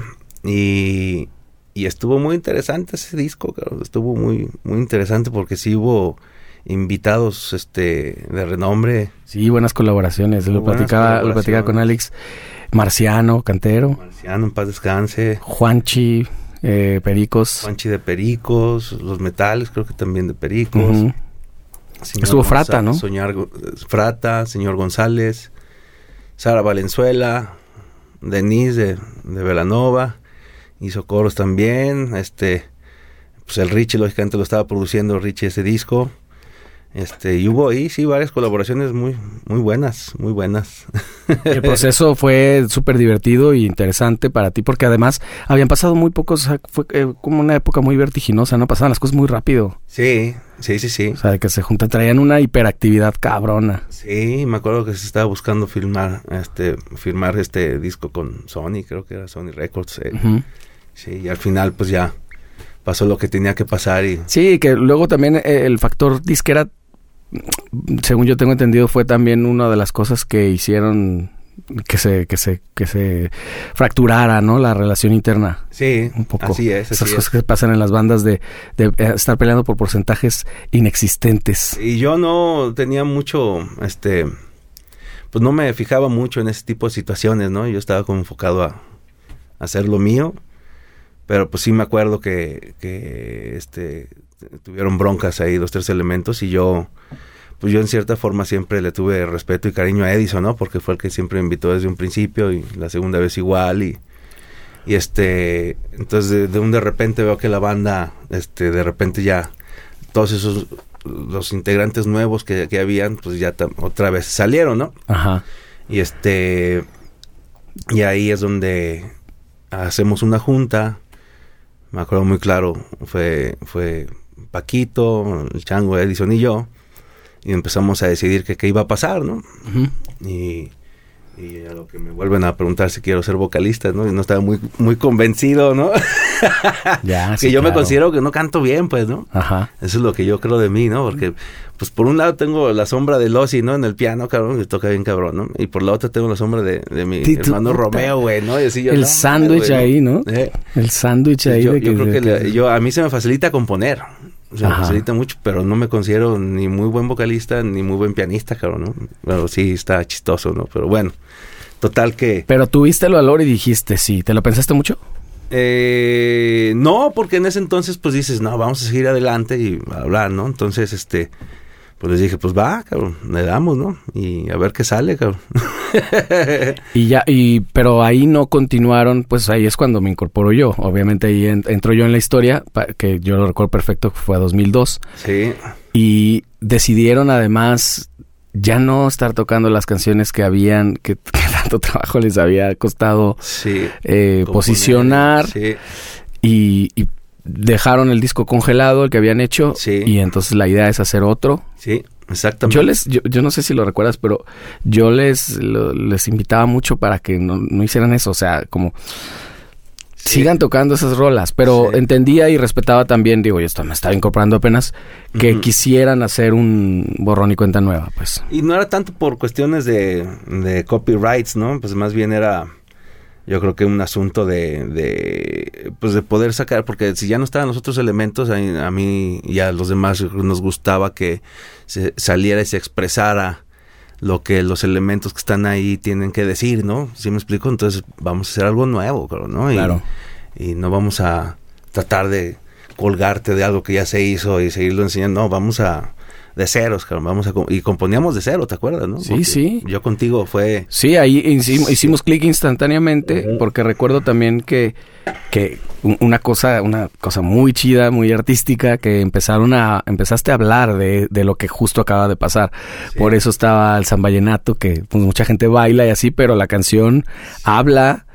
Y, y estuvo muy interesante ese disco, claro. Estuvo muy, muy interesante porque sí hubo invitados este de renombre. Sí, buenas colaboraciones. Lo platicaba, lo platicaba con Alex. Marciano, Cantero. Marciano, en paz descanse. Juanchi, eh, Pericos. Juanchi de Pericos, Los Metales, creo que también de Pericos. Uh-huh. Estuvo Frata, ¿no? Soñar, Frata, Señor González, Sara Valenzuela, Denise de, de Velanova, hizo coros también, este, pues el Richie lógicamente lo estaba produciendo Richie ese disco, este, y hubo ahí sí varias colaboraciones muy, muy buenas, muy buenas. El proceso fue súper divertido y interesante para ti, porque además habían pasado muy pocos, o sea, fue eh, como una época muy vertiginosa, ¿no? Pasaban las cosas muy rápido. Sí, sí, sí, sí. O sea, de que se juntan, traían una hiperactividad cabrona. Sí, me acuerdo que se estaba buscando filmar, este, firmar este disco con Sony, creo que era Sony Records. Eh. Uh-huh. Sí, y al final pues ya pasó lo que tenía que pasar y... Sí, que luego también eh, el factor disquera, según yo tengo entendido, fue también una de las cosas que hicieron que se que se que se fracturara, ¿no? La relación interna. Sí, un poco. Así es. Así Esas es. cosas que pasan en las bandas de, de estar peleando por porcentajes inexistentes. Y yo no tenía mucho, este, pues no me fijaba mucho en ese tipo de situaciones, ¿no? Yo estaba como enfocado a, a hacer lo mío, pero pues sí me acuerdo que, que este, tuvieron broncas ahí los Tres Elementos y yo... pues yo en cierta forma siempre le tuve respeto y cariño a Edison, ¿no? Porque fue el que siempre me invitó desde un principio y la segunda vez igual y, y este, entonces de, de un de repente veo que la banda, este, de repente ya todos esos, los integrantes nuevos que, que habían, pues ya tam, otra vez salieron, ¿no? Ajá. Y este, y ahí es donde hacemos una junta, me acuerdo muy claro, fue, fue Paquito, el Chango, Edison y yo, y empezamos a decidir que qué iba a pasar, ¿no? Uh-huh. Y, y a lo que me vuelven a preguntar si quiero ser vocalista, ¿no? Y no estaba muy muy convencido, ¿no? Ya, que sí, yo claro. me considero que no canto bien, pues, ¿no? Ajá. Eso es lo que yo creo de mí, ¿no? Porque, pues, por un lado tengo la sombra de Lossi, ¿no? En el piano, cabrón, que toca bien cabrón, ¿no? Y por la otra tengo la sombra de, de mi Tito, hermano Romeo, güey, ¿no? Y así yo, el no, sándwich ¿no? ahí, ¿no? ¿Eh? El sándwich ahí. Yo, de yo que, creo de que, que... Le, yo, a mí se me facilita componer. Se me facilita mucho, pero no me considero ni muy buen vocalista ni muy buen pianista, cabrón, ¿no? Bueno, sí está chistoso, ¿no? Pero bueno, total que... Pero tuviste el valor y dijiste sí. ¿Te lo pensaste mucho? Eh, no, porque en ese entonces pues dices, no, vamos a seguir adelante y hablar, ¿no? Entonces, este... pues les dije, pues va, cabrón, le damos, ¿no? Y a ver qué sale, cabrón. y ya, y pero ahí no continuaron, pues ahí es cuando me incorporo yo. Obviamente ahí en, entro yo en la historia, pa, que yo lo recuerdo perfecto, fue a dos mil dos. Sí. Y decidieron además ya no estar tocando las canciones que habían, que, que tanto trabajo les había costado sí. eh, posicionar. Sí. Y... y dejaron el disco congelado, el que habían hecho, sí. Y entonces la idea es hacer otro. Sí, exactamente. Yo les, yo, yo no sé si lo recuerdas, pero yo les, lo, les invitaba mucho para que no, no hicieran eso, o sea, como sí. Sigan tocando esas rolas, pero sí. Entendía y respetaba también, digo, yo esto me estaba incorporando apenas, que uh-huh. quisieran hacer un borrón y cuenta nueva, pues. Y no era tanto por cuestiones de, de copyrights, ¿no? Pues más bien era... yo creo que un asunto de, de, pues de poder sacar, porque si ya no estaban los otros elementos, a, a mí y a los demás nos gustaba que se saliera y se expresara lo que los elementos que están ahí tienen que decir, ¿no? ¿Sí me explico? Entonces vamos a hacer algo nuevo, ¿no? Y, claro. Y no vamos a tratar de colgarte de algo que ya se hizo y seguirlo enseñando, no, vamos a... de ceros, claro, vamos a... y componíamos de cero, ¿te acuerdas, no? Sí, porque sí. Yo contigo fue... Sí, ahí hicimos, hicimos clic instantáneamente, uh-huh. Porque recuerdo también que, que una cosa, una cosa muy chida, muy artística, que empezaron a, empezaste a hablar de, de lo que justo acaba de pasar. Sí. Por eso estaba el San Vallenato, que pues mucha gente baila y así, pero la canción sí. habla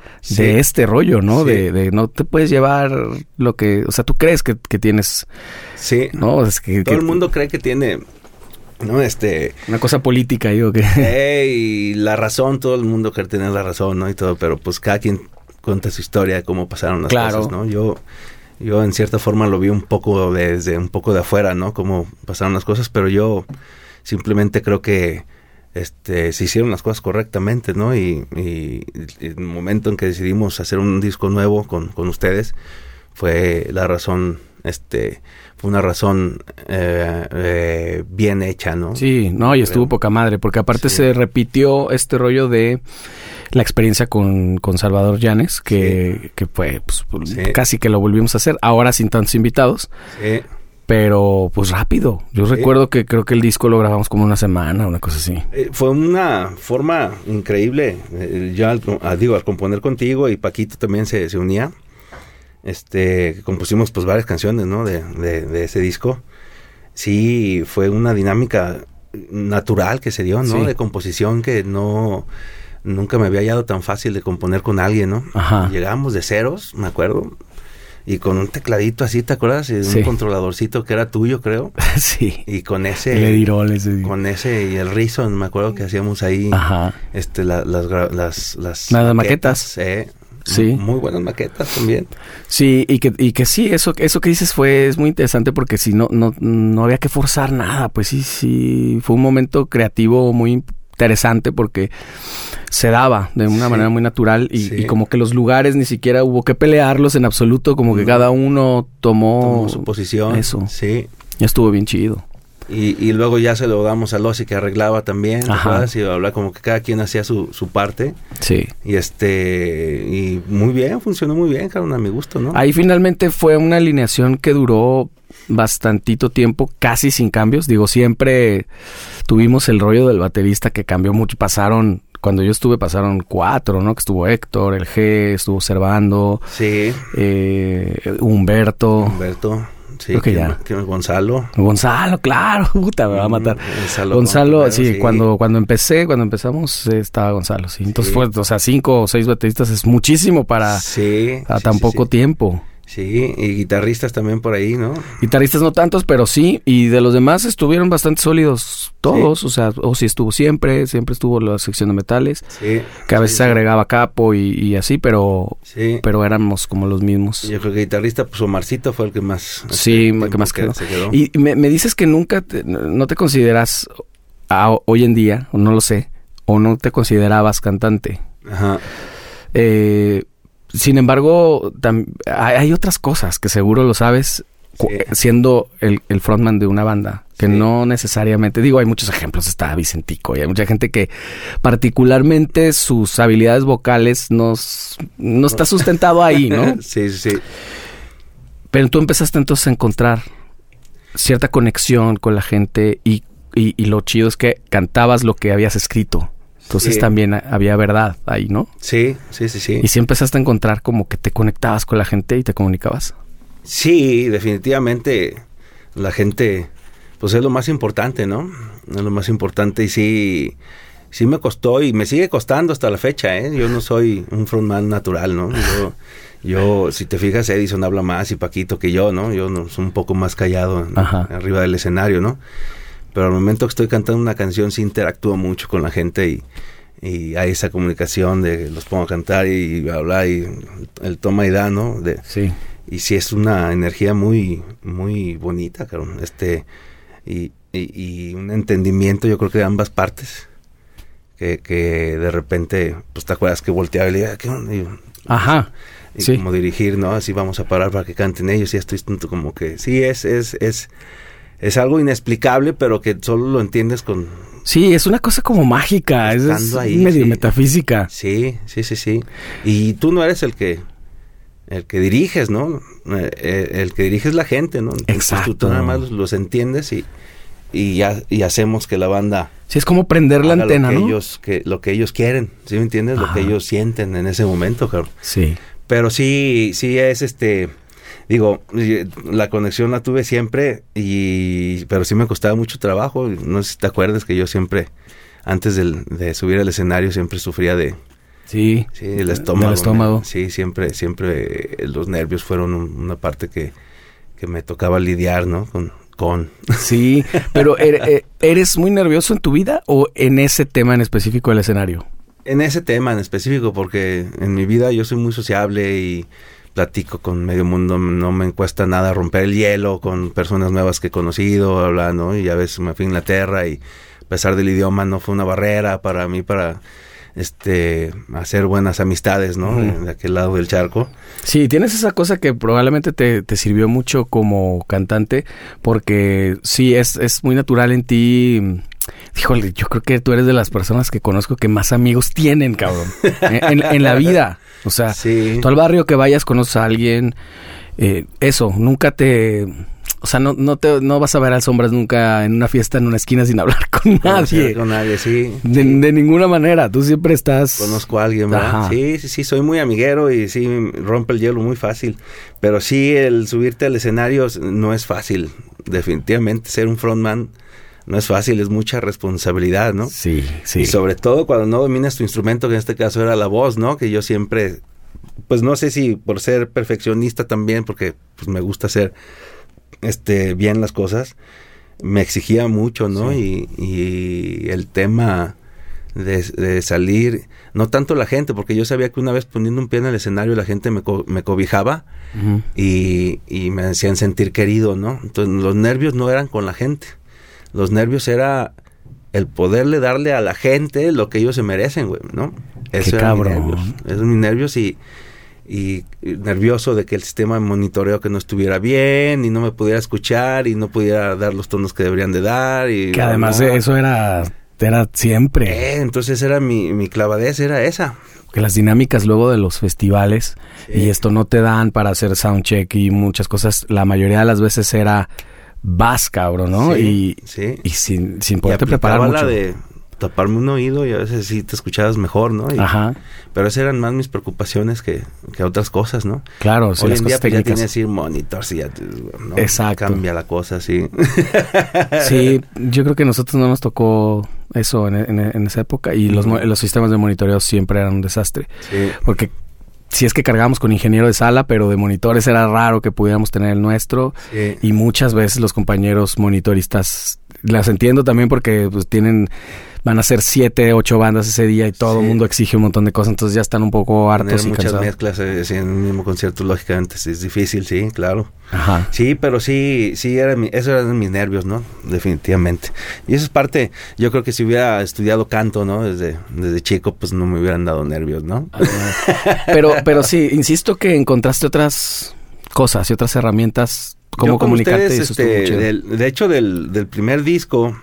sí. de este rollo, ¿no? Sí. De, de no te puedes llevar lo que... O sea, tú crees que, que tienes... Sí. ¿No? Es que, Todo que, el mundo cree que tiene... No, este... Una cosa política, digo que... Hey, la razón, todo el mundo cree tener la razón, ¿no? Y todo, pero pues cada quien cuenta su historia de cómo pasaron las claro. cosas, ¿no? Yo... Yo en cierta forma lo vi un poco desde un poco de afuera, ¿no? Cómo pasaron las cosas, pero yo simplemente creo que este se hicieron las cosas correctamente, ¿no? Y, y, y el momento en que decidimos hacer un disco nuevo con, con ustedes fue la razón, este, fue una razón eh, eh, bien hecha, ¿no? Sí, no, y estuvo poca madre, porque aparte sí. se repitió este rollo de la experiencia con, con Salvador Llanes, que, sí. que fue pues, sí. casi que lo volvimos a hacer, ahora sin tantos invitados. Sí. Pero, pues, rápido. Yo sí. recuerdo que creo que el disco lo grabamos como una semana, una cosa así. Eh, fue una forma increíble. Eh, yo, al, a, digo, al componer contigo y Paquito también se, se unía, este, compusimos, pues, varias canciones, ¿no? De, de, de ese disco. Sí, fue una dinámica natural que se dio, ¿no? Sí. De composición que no... Nunca me había hallado tan fácil de componer con alguien, ¿no? Ajá. Llegábamos de ceros, me acuerdo, y con un tecladito así, ¿te acuerdas? Y sí. un controladorcito que era tuyo, creo. Sí. Y con ese... Le dirol ese. Con ese y el Reason, me acuerdo que hacíamos ahí... Ajá. Este, la, las, las, las... Las maquetas. maquetas eh. Sí. Muy buenas maquetas también. Sí, y que, y que sí, eso, eso que dices fue, es muy interesante porque si no, no, no había que forzar nada, pues sí, sí, fue un momento creativo muy interesante porque se daba de una sí. manera muy natural y, sí. y como que los lugares ni siquiera hubo que pelearlos en absoluto, como que no. cada uno tomó, tomó su posición. Eso. Sí. Ya estuvo bien chido. Y, y luego ya se lo damos a Losi que arreglaba también, ¿te acuerdas? Y habla como que cada quien hacía su, su parte. Sí. Y este, y muy bien, funcionó muy bien, cabrón, a mi gusto, ¿no? Ahí finalmente fue una alineación que duró bastantito tiempo, casi sin cambios. Digo, siempre tuvimos el rollo del baterista que cambió mucho. Pasaron, cuando yo estuve, pasaron cuatro, ¿no? Que estuvo Héctor, el G, estuvo Servando. Sí. Eh, Humberto. Humberto. Sí, creo que ¿quién, ya. ¿quién, Gonzalo. Gonzalo, claro, puta, me va a matar. Gonzalo, Gonzalo, Gonzalo sí, sí, cuando cuando empecé, cuando empezamos, eh, estaba Gonzalo, sí. Entonces sí. fue, o sea, cinco o seis bateristas es muchísimo para sí, a sí, tan sí, poco sí. tiempo. Sí, y guitarristas también por ahí, ¿no? Guitarristas no tantos, pero sí, y de los demás estuvieron bastante sólidos todos, sí. o sea, Ozzy estuvo siempre, siempre estuvo la sección de metales, sí, que a veces sí, agregaba capo y, y así, pero sí. pero éramos como los mismos. Yo creo que guitarrista, pues Omarcito fue el que más... Sí, el que más quedó. quedó. Y me, me dices que nunca, te, no te consideras a, hoy en día, o no lo sé, o no te considerabas cantante. Ajá. Eh... Sin embargo, tam- hay otras cosas que seguro lo sabes sí. siendo el, el frontman de una banda, que sí. no necesariamente, digo, hay muchos ejemplos, está Vicentico y hay mucha gente que particularmente sus habilidades vocales no, no está sustentado ahí, ¿no? Sí, sí, sí. Pero tú empezaste entonces a encontrar cierta conexión con la gente y, y, y lo chido es que cantabas lo que habías escrito. Entonces sí. también había verdad ahí, ¿no? Sí, sí, sí, sí. Y sí empezaste a encontrar como que te conectabas con la gente y te comunicabas. Sí, definitivamente la gente, pues es lo más importante, ¿no? Es lo más importante y sí, sí me costó y me sigue costando hasta la fecha, ¿eh? Yo no soy un frontman natural, ¿no? Yo, yo si te fijas, Edison habla más y Paquito que yo, ¿no? Yo no, soy un poco más callado en, arriba del escenario, ¿no? Pero al momento que estoy cantando una canción sí interactúo mucho con la gente y, y hay esa comunicación de los pongo a cantar y hablar y el toma y da, ¿no? De, sí. Y sí es una energía muy muy bonita, cabrón. Este, y, y, y un entendimiento yo creo que de ambas partes. Que, que de repente, pues te acuerdas que volteaba y le diga, ¿qué onda? Y, Ajá. Y sí. como dirigir, ¿no? Así vamos a parar para que canten ellos y estoy como que sí es, es, es Es algo inexplicable, pero que solo lo entiendes con... Sí, es una cosa como mágica, es, es ahí, medio sí. metafísica. Sí, sí, sí, sí. Y tú no eres el que el que diriges, ¿no? El, el que dirige es la gente, ¿no? Entonces, exacto. Tú, tú nada más los, los entiendes y, y ya y hacemos que la banda... Sí, es como prender la antena, lo que ¿no? Ellos, que, lo que ellos quieren, ¿sí me entiendes? Ajá. Lo que ellos sienten en ese momento, claro. Sí. Pero sí, sí es este... Digo, la conexión la tuve siempre, y pero sí me costaba mucho trabajo. No sé si te acuerdas que yo siempre, antes del, de subir al escenario, siempre sufría de, Sí. Sí, el estómago. El estómago. Me, sí, siempre, siempre eh, los nervios fueron un, una parte que, que me tocaba lidiar, ¿no? Con, con. Sí, pero er, ¿eres muy nervioso en tu vida o en ese tema en específico del escenario? En ese tema en específico, porque en mi vida yo soy muy sociable y platico con medio mundo, no me cuesta nada romper el hielo con personas nuevas que he conocido, hablar, ¿no? Y a veces me fui a Inglaterra y a pesar del idioma no fue una barrera para mí para este hacer buenas amistades, ¿no? Uh-huh. de, de aquel lado del charco. Sí, tienes esa cosa que probablemente te, te sirvió mucho como cantante, porque sí, es, es muy natural en ti. Híjole, yo creo que tú eres de las personas que conozco que más amigos tienen, cabrón, en, en la vida. O sea, sí. Tú al barrio que vayas conoces a alguien, eh, eso, nunca te... O sea, no, no te no vas a ver a sombras nunca en una fiesta en una esquina sin hablar con nadie. No, con nadie, sí. De, sí. de ninguna manera, tú siempre estás... Conozco a alguien, ¿verdad? Ajá. Sí, sí, sí, soy muy amiguero y sí, rompe el hielo muy fácil. Pero sí, el subirte al escenario no es fácil. Definitivamente, ser un frontman no es fácil, es mucha responsabilidad, ¿no? Sí, sí. Y sobre todo cuando no dominas tu instrumento, que en este caso era la voz, ¿no? Que yo siempre, pues no sé si por ser perfeccionista también, porque pues me gusta hacer este bien las cosas, me exigía mucho, ¿no? Sí. Y, y el tema de, de salir, no tanto la gente, porque yo sabía que una vez poniendo un pie en el escenario la gente me, co- me cobijaba uh-huh. y, y me hacían sentir querido, ¿no? Entonces los nervios no eran con la gente. Los nervios era el poderle darle a la gente lo que ellos se merecen, güey, ¿no? Eso Qué era cabrón. mis nervios. Esos eran mis nervios y, y, y nervioso de que el sistema de monitoreo que no estuviera bien y no me pudiera escuchar y no pudiera dar los tonos que deberían de dar. Y que además de eso era, era siempre. Eh, entonces era mi, mi clavadez, era esa. Que las dinámicas luego de los festivales sí. y esto no te dan para hacer soundcheck y muchas cosas, la mayoría de las veces era... vas, cabrón, ¿no? Sí, y, sí. y sin, sin poderte preparar mucho. La de taparme un oído y a veces sí te escuchabas mejor, ¿no? Y, Ajá. Pero esas eran más mis preocupaciones que, que otras cosas, ¿no? Claro, sí, hoy las en día cosas pues, ya técnicas. tienes ir monitors y ya, ¿no? Exacto. Cambia la cosa, sí. Sí, yo creo que a nosotros no nos tocó eso en, en, en esa época y los, uh-huh. los sistemas de monitoreo siempre eran un desastre. Sí. Porque si es que cargábamos con ingeniero de sala, pero de monitores era raro que pudiéramos tener el nuestro. Sí. Y muchas veces los compañeros monitoristas, las entiendo también porque pues tienen, van a hacer siete, ocho bandas ese día y todo el sí. mundo exige un montón de cosas, entonces ya están un poco hartos Tener y muchas cansados. mezclas eh, sí, en el mismo concierto, lógicamente, sí, es difícil, sí, claro. Ajá. Sí, pero sí, sí, era mi, eso eran mis nervios, ¿no? Definitivamente. Y eso es parte, yo creo que si hubiera estudiado canto, ¿no? Desde, desde chico, pues no me hubieran dado nervios, ¿no? pero, pero sí, insisto que encontraste otras cosas y otras herramientas cómo yo comunicarte. Ustedes, este, del, de hecho, del, del primer disco,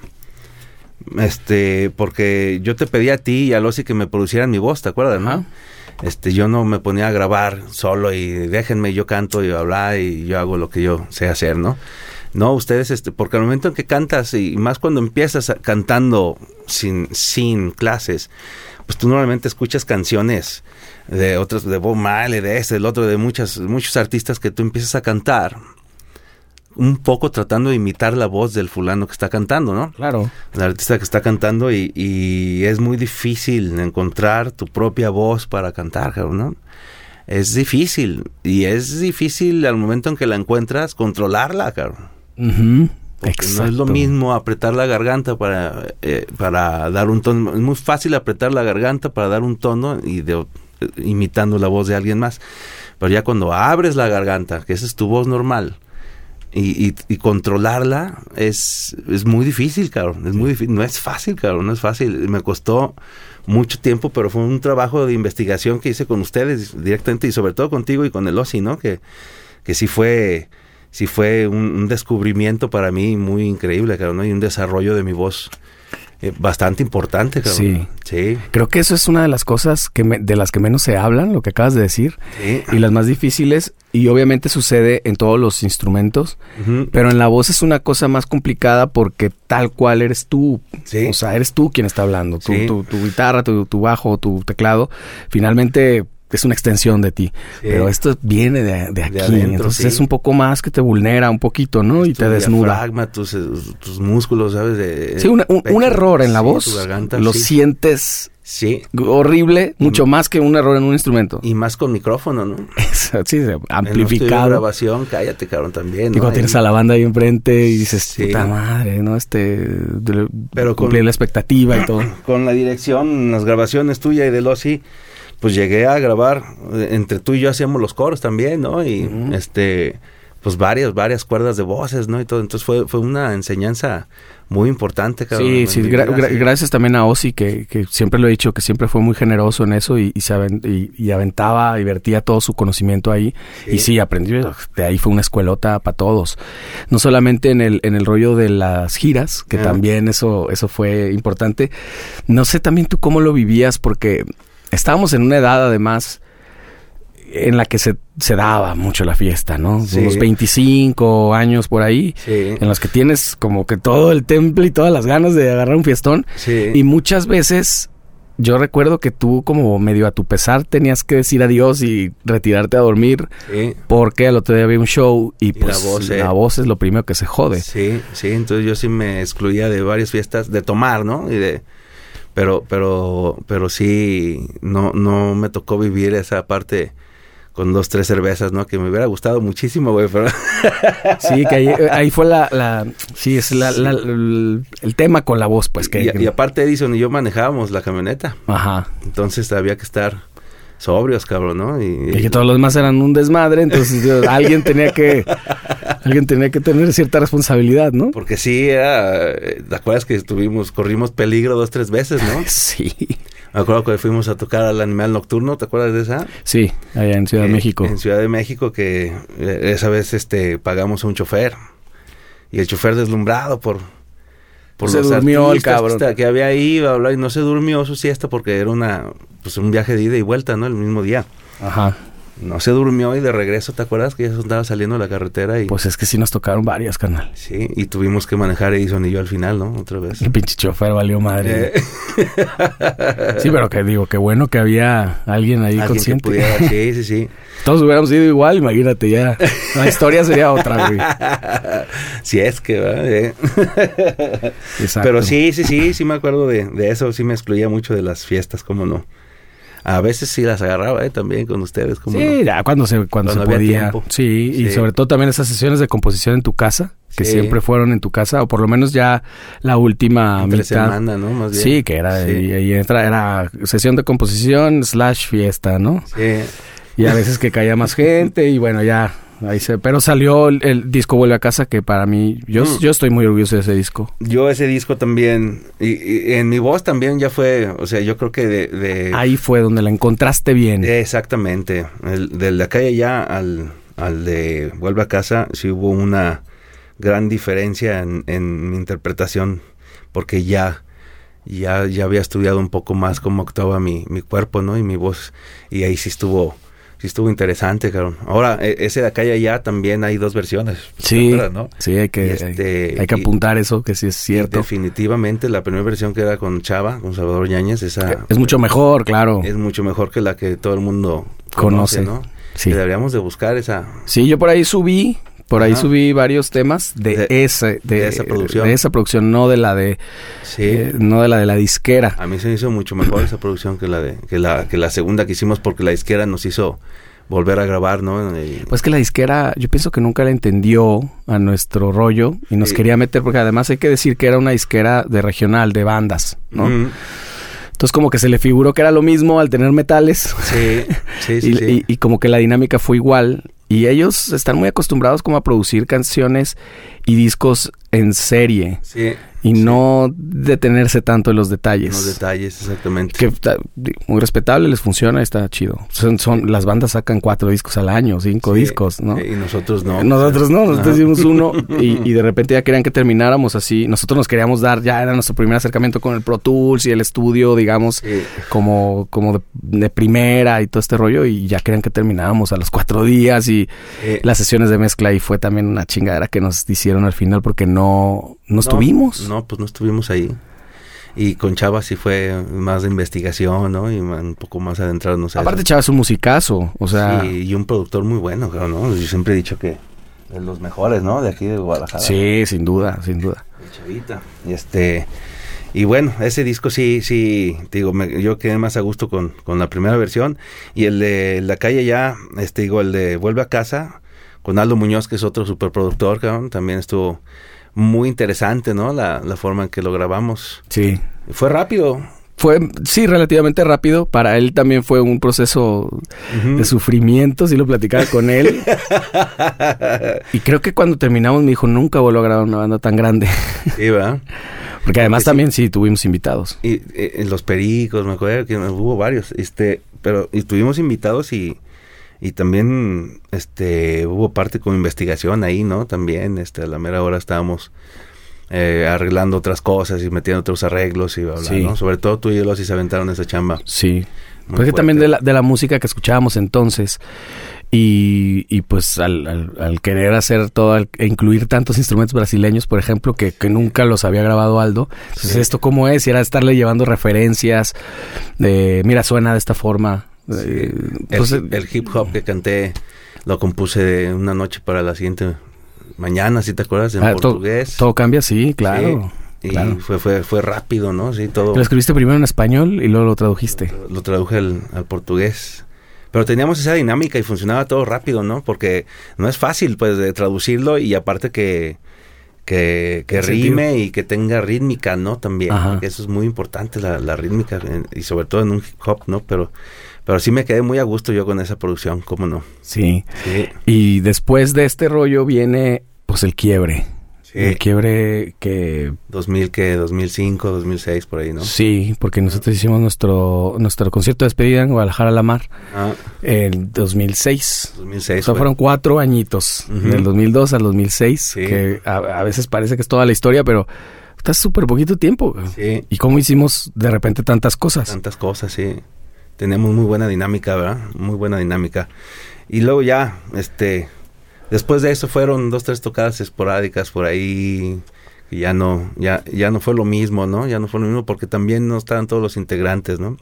este, porque yo te pedí a ti y a Losi que me producieran mi voz, ¿te acuerdas, no? Ajá. Este, yo no me ponía a grabar solo y déjenme, yo canto y hablar y yo hago lo que yo sé hacer, ¿no? No, ustedes, este, porque al momento en que cantas y más cuando empiezas a, cantando sin, sin clases, pues tú normalmente escuchas canciones de otros, de Bob Marley, de este, del otro, de muchas, muchos artistas que tú empiezas a cantar un poco tratando de imitar la voz del fulano que está cantando, ¿no? Claro. El artista que está cantando y, y es muy difícil encontrar tu propia voz para cantar, ¿no? Es difícil. Y es difícil al momento en que la encuentras controlarla, cabrón. Uh-huh. Porque Exacto. no es lo mismo apretar la garganta para, eh, para dar un tono. Es muy fácil apretar la garganta para dar un tono y de, eh, imitando la voz de alguien más. Pero ya cuando abres la garganta, que esa es tu voz normal, Y, y, y controlarla es, es muy difícil, cabrón. Es muy difícil. No es fácil, cabrón. No es fácil. Me costó mucho tiempo, pero fue un trabajo de investigación que hice con ustedes directamente y sobre todo contigo y con el Ozzy, ¿no? Que, que sí fue, sí fue un, un descubrimiento para mí muy increíble, cabrón, ¿no? Y un desarrollo de mi voz eh, bastante importante, cabrón. Sí. Sí. Creo que eso es una de las cosas que me, de las que menos se hablan, lo que acabas de decir. Sí. Y las más difíciles. Y obviamente sucede en todos los instrumentos, uh-huh. pero en la voz es una cosa más complicada porque tal cual eres tú. Sí. O sea, eres tú quien está hablando. Tu, sí. tu, tu guitarra, tu, tu bajo, tu teclado, finalmente es una extensión de ti. Sí. Pero esto viene de, de aquí. De adentro, entonces sí. es un poco más que te vulnera un poquito, ¿no? Es y te desnuda. Diafragma, tus, tus músculos, ¿sabes? De, sí, una, un, pecho, un error en la sí, voz garganta, lo sí. sientes Sí. Horrible, mucho más que un error en un instrumento. Y más con micrófono, ¿no? Sí, amplificado. En de grabación, cállate, cabrón, también, ¿no? Y cuando tienes a la banda ahí enfrente y dices, sí. puta madre, ¿no? Este, pero cumplir con, la expectativa y todo. Con la dirección, las grabaciones tuya y de Losi, pues llegué a grabar, entre tú y yo hacíamos los coros también, ¿no? Y uh-huh. este, pues varias, varias cuerdas de voces, ¿no? Y todo, entonces fue, fue una enseñanza muy importante, cabrón. Sí, sí, gra- gra- gracias también a Ozzy, que, que siempre lo he dicho, que siempre fue muy generoso en eso y, y, se avent- y, y aventaba y vertía todo su conocimiento ahí. Sí. Y sí, aprendí, de ahí fue una escuelota para todos. No solamente en el, en el rollo de las giras, que ah. también eso, eso fue importante. No sé también tú cómo lo vivías, porque estábamos en una edad además en la que se, se daba mucho la fiesta, ¿no? Sí. Unos veinticinco años por ahí, sí. en los que tienes como que todo el temple y todas las ganas de agarrar un fiestón. Sí. Y muchas veces yo recuerdo que tú como medio a tu pesar tenías que decir adiós y retirarte a dormir, sí. porque al otro día había un show y, y pues la voz, eh. la voz es lo primero que se jode. Sí, sí, entonces yo sí me excluía de varias fiestas, de tomar, ¿no? Y de... Pero, pero, pero sí, no, no me tocó vivir esa parte con dos, tres cervezas, ¿no? Que me hubiera gustado muchísimo, güey, pero... Sí, que ahí, ahí fue la, la... Sí, es la, la, el, el tema con la voz, pues. que Y, y aparte Edison y yo manejábamos la camioneta. Ajá. Entonces había que estar sobrios, cabrón, ¿no? Y, y que todos los demás eran un desmadre, entonces yo, alguien tenía que... Alguien tenía que tener cierta responsabilidad, ¿no? Porque sí, era... ¿Te acuerdas que estuvimos, corrimos peligro dos, tres veces, no? Sí. Me acuerdo que fuimos a tocar al Animal Nocturno, ¿te acuerdas de esa? Sí, allá en Ciudad eh, de México. En Ciudad de México, que eh, esa vez este pagamos a un chofer. Y el chofer deslumbrado por... por se los durmió el cabrón. Que, que había ahí, bla, bla, y no se durmió su siesta porque era una pues un viaje de ida y vuelta, ¿no? El mismo día. Ajá. No se durmió y de regreso, ¿te acuerdas? Que ya se andaba saliendo de la carretera y... Pues es que sí nos tocaron varias, carnal. Sí, y tuvimos que manejar Edison y yo al final, ¿no? Otra vez. El pinche chofer valió madre. Eh. Sí, pero que digo, qué bueno que había alguien ahí alguien consciente. Que pudiera, sí, sí, sí. Todos hubiéramos ido igual, imagínate, ya. La historia sería otra, güey. Si es que, ¿verdad? Eh. Exacto. Pero sí, sí, sí, sí me acuerdo de, de eso. Sí me excluía mucho de las fiestas, cómo no. A veces sí las agarraba, ¿eh? También con ustedes. ¿Cómo sí, no? ya cuando se, cuando cuando se podía. Sí, sí, y sobre todo también esas sesiones de composición en tu casa, que sí. siempre fueron en tu casa, o por lo menos ya la última Entre mitad. semana, ¿no? Más bien. Sí, que era, sí. Y, y entra, era sesión de composición slash fiesta, ¿no? Sí. Y a veces que caía más gente, y bueno, ya... Ahí se, pero salió el, el disco Vuelve a Casa, que para mí, yo, mm. yo estoy muy orgulloso de ese disco. Yo ese disco también, y, y en mi voz también ya fue, o sea, yo creo que de... de ahí fue donde la encontraste bien. Exactamente, el, del de acá y allá al, al de Vuelve a Casa, sí hubo una gran diferencia en, en mi interpretación, porque ya, ya, ya había estudiado un poco más cómo actuaba mi, mi cuerpo, ¿no? Y mi voz, y ahí sí estuvo... Sí estuvo interesante, cabrón. Ahora, ese de acá y allá también hay dos versiones. Sí, ¿no? Sí, hay que, este, hay, hay que apuntar y, eso, que sí es cierto. Definitivamente, la primera versión que era con Chava, con Salvador Yáñez, esa... Es mucho mejor, claro. Es mucho mejor que la que todo el mundo conoce, conoce ¿no? Sí. Que deberíamos de buscar esa... Sí, yo por ahí subí... Por ahí Ajá. subí varios temas de, de, ese, de, de esa producción. De esa producción, no de la de... Sí. Eh, no de la de la disquera. A mí se me hizo mucho mejor esa producción que la de que la que la segunda que hicimos, porque la disquera nos hizo volver a grabar, ¿no? Y... Pues que la disquera, yo pienso que nunca la entendió a nuestro rollo y nos sí. quería meter, porque además hay que decir que era una disquera de regional, de bandas, ¿no? Mm. Entonces como que se le figuró que era lo mismo al tener metales. Sí, sí, sí. y, sí. Y, y como que la dinámica fue igual. Y ellos están muy acostumbrados como a producir canciones y discos en serie. Sí. Y sí. no detenerse tanto en los detalles. Los detalles, exactamente. Que muy respetable, les funciona, está chido. Son, son sí. Las bandas sacan cuatro discos al año, cinco sí. discos, ¿no? Y nosotros no. Nosotros no, nosotros hicimos uno y, y de repente ya querían que termináramos así. Nosotros nos queríamos dar, ya era nuestro primer acercamiento con el Pro Tools y el estudio, digamos, sí. como, como de, de primera y todo este rollo. Y ya querían que termináramos a los cuatro días y sí. las sesiones de mezcla y fue también una chingadera que nos hicieron al final porque no, no estuvimos. No, No, pues no estuvimos ahí. Y con Chava sí fue más de investigación, ¿no? Y un poco más adentrarnos a Aparte eso. Chava es un musicazo, o sea... Sí, y un productor muy bueno, creo, ¿no? Yo siempre he dicho que de los mejores, ¿no? De aquí de Guadalajara. Sí, sin duda, sin duda. El Chavita. Y este... Y bueno, ese disco sí, sí, te digo, me, yo quedé más a gusto con, con la primera versión. Y el de La Calle Ya, este, digo, el de Vuelve a Casa, con Aldo Muñoz, que es otro superproductor, cabrón, también estuvo muy interesante, ¿no? La, la forma en que lo grabamos. Sí. Fue rápido. Fue, sí, relativamente rápido. Para él también fue un proceso uh-huh. de sufrimiento, si lo platicaba con él. Y creo que cuando terminamos me dijo, nunca vuelvo a grabar una banda tan grande. Sí, ¿verdad? Porque además Porque también sí. sí tuvimos invitados. Y, y los Pericos, me acuerdo que hubo varios, este, pero y tuvimos invitados y, y también este hubo parte con investigación ahí, ¿no? También, este, a la mera hora estábamos eh, arreglando otras cosas y metiendo otros arreglos y bla, bla, sí. ¿no? Sobre todo tú y yo sí se aventaron esa chamba. Sí. Porque también de la, de la música que escuchábamos entonces y, y pues al, al, al querer hacer todo, al, e incluir tantos instrumentos brasileños, por ejemplo, que, que nunca los había grabado Aldo. Entonces, sí. ¿esto cómo es? Y era estarle llevando referencias de, mira, suena de esta forma. Sí. Eh, pues, el, el hip hop que canté lo compuse de una noche para la siguiente mañana, ¿sí te acuerdas? En ah, portugués. To, todo cambia, sí, claro. Sí. Y claro. fue, fue, fue rápido, ¿no? Sí, todo. Lo escribiste primero en español y luego lo tradujiste. Lo, lo traduje al, al portugués. Pero teníamos esa dinámica y funcionaba todo rápido, ¿no? Porque no es fácil, pues, de traducirlo y aparte que, que, que rime sentido? Y que tenga rítmica, ¿no? También. Porque eso es muy importante, la, la rítmica, y sobre todo en un hip hop, ¿no? Pero, pero sí me quedé muy a gusto yo con esa producción, ¿cómo no? Sí. sí. Y después de este rollo viene, pues, el quiebre. Sí. El quiebre que... dos mil, ¿qué? dos mil cinco, dos mil seis, por ahí, ¿no? Sí, porque nosotros hicimos nuestro nuestro concierto de despedida en Guadalajara La Mar ah. en dos mil seis. dos mil seis. O sea, fueron cuatro añitos, uh-huh. del dos mil dos al dos mil seis, sí. que a, a veces parece que es toda la historia, pero está súper poquito tiempo. Sí. Y cómo hicimos de repente tantas cosas. Tantas cosas, sí. Tenemos muy buena dinámica, ¿verdad? Muy buena dinámica. Y luego ya, este... Después de eso fueron dos, tres tocadas esporádicas por ahí, y ya no, ya, ya no fue lo mismo, ¿no? Ya no fue lo mismo porque también no estaban todos los integrantes, ¿no?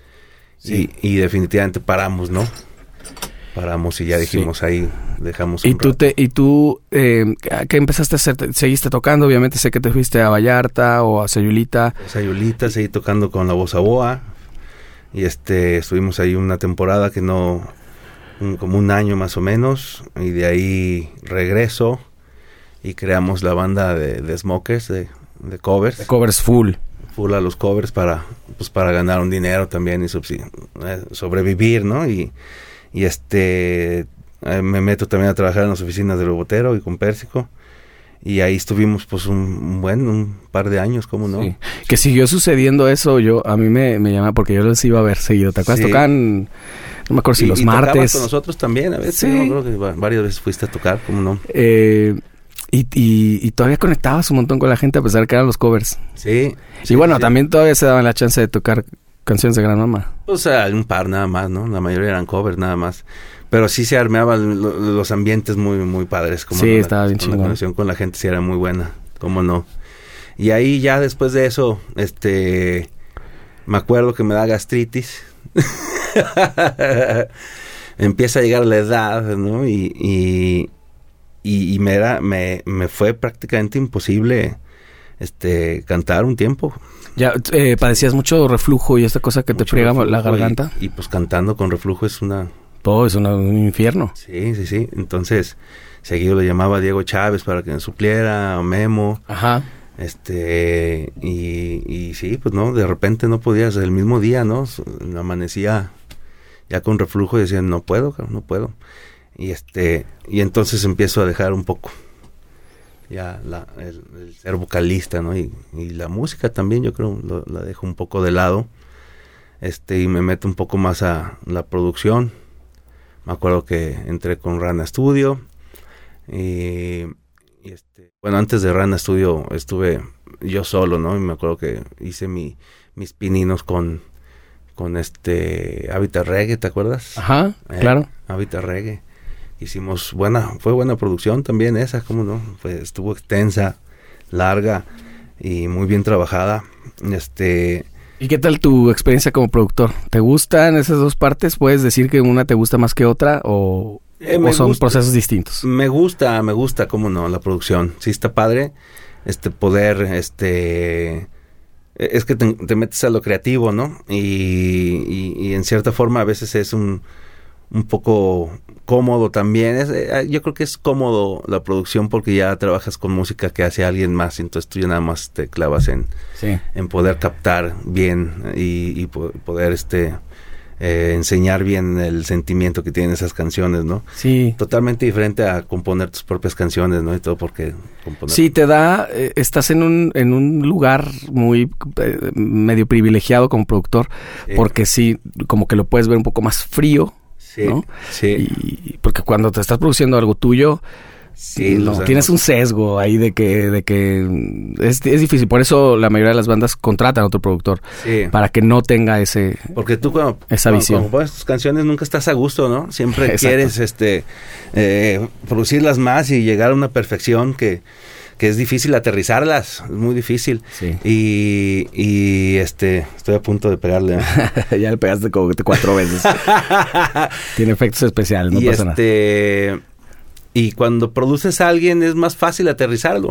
Sí. Y, y definitivamente paramos, ¿no? Paramos y ya dijimos, sí. ahí dejamos un ¿Y tú, rato. te, y tú eh, qué empezaste a hacer? ¿Seguiste tocando? Obviamente sé que te fuiste a Vallarta o a Sayulita. A Sayulita, seguí tocando con la Bossa Boa y este, estuvimos ahí una temporada que no... Un, como un año más o menos, y de ahí regreso y creamos la banda de, de Smokers, de, de covers. De covers full. Full a los covers para, pues para ganar un dinero también y subsidi- eh, sobrevivir, ¿no? Y, y este, eh, me meto también a trabajar en las oficinas de Lobotero y con Pérsico. Y ahí estuvimos pues un, un buen, un par de años, ¿cómo no? Sí. Que siguió sucediendo eso, yo, a mí me, me llama porque yo los iba a ver seguido. ¿Te acuerdas? Sí. Tocaban, no me acuerdo si y, los y martes. con nosotros también, a veces, sí. Yo creo que varias veces fuiste a tocar, ¿cómo no? Eh, y, y, y todavía conectabas un montón con la gente a pesar de que eran los covers. Sí. Y sí, bueno, sí. también todavía se daban la chance de tocar canciones de Gran Mama. O sea, un par nada más, ¿no? La mayoría eran covers nada más. Pero sí se armeaban lo, los ambientes muy muy padres. Como sí, la, estaba bien chingón. La conexión con la gente sí era muy buena, cómo no. Y ahí ya después de eso, este, me acuerdo que me da gastritis. Empieza a llegar la edad, ¿no? Y, y, y, y me, era, me, me fue prácticamente imposible este cantar un tiempo. Ya, eh, padecías mucho reflujo y esta cosa que mucho te friega la garganta. Y, y pues cantando con reflujo es una... Todo es una, un infierno. Sí, sí, sí. Entonces, seguido le llamaba a Diego Chávez para que me supliera, o Memo. Ajá. Este, y, y sí, pues no, de repente no podías, el mismo día, ¿no? Amanecía ya con reflujo y decía, no puedo, no puedo. Y este, y entonces empiezo a dejar un poco ya la, el, el ser vocalista, ¿no? Y, y la música también, yo creo, lo, la dejo un poco de lado. Este, y me meto un poco más a la producción. Me acuerdo que entré con Rana Studio y, y este, bueno, antes de Rana Studio estuve yo solo, ¿no? Y me acuerdo que hice mi, mis pininos con, con este Hábitat Reggae, ¿te acuerdas? Ajá, eh, claro. Hábitat Reggae. Hicimos buena, fue buena producción también esa, ¿cómo no? Fue, estuvo extensa, larga y muy bien trabajada. Este... ¿Y qué tal tu experiencia como productor? ¿Te gustan esas dos partes? ¿Puedes decir que una te gusta más que otra o, eh, o son gusta, procesos distintos? Me gusta, me gusta, cómo no, la producción. Sí está padre este poder este es que te, te metes a lo creativo, ¿no? Y, y, y en cierta forma a veces es un, un poco cómodo también. Es, yo creo que es cómodo la producción porque ya trabajas con música que hace alguien más, entonces tú ya nada más te clavas en, sí. en poder captar bien y, y poder este eh, enseñar bien el sentimiento que tienen esas canciones, ¿no? Sí. Totalmente diferente a componer tus propias canciones, ¿no? Y todo porque componer... Sí, te da, eh, estás en un en un lugar muy eh, medio privilegiado como productor, sí. porque sí, como que lo puedes ver un poco más frío. Sí, ¿no? sí. Y porque cuando te estás produciendo algo tuyo, sí, no, o sea, tienes no. un sesgo ahí de que, de que es, es difícil. Por eso la mayoría de las bandas contratan a otro productor. Sí. Para que no tenga ese Porque tú cuando, esa cuando, visión. cuando pones tus canciones nunca estás a gusto, ¿no? Siempre Exacto. quieres este eh, producirlas más y llegar a una perfección que... que es difícil aterrizarlas, es muy difícil. Sí. Y, y este, estoy a punto de pegarle. Ya le pegaste como cuatro veces. Tiene efectos especiales, no y pasa este, nada. Y cuando produces a alguien es más fácil aterrizarlo.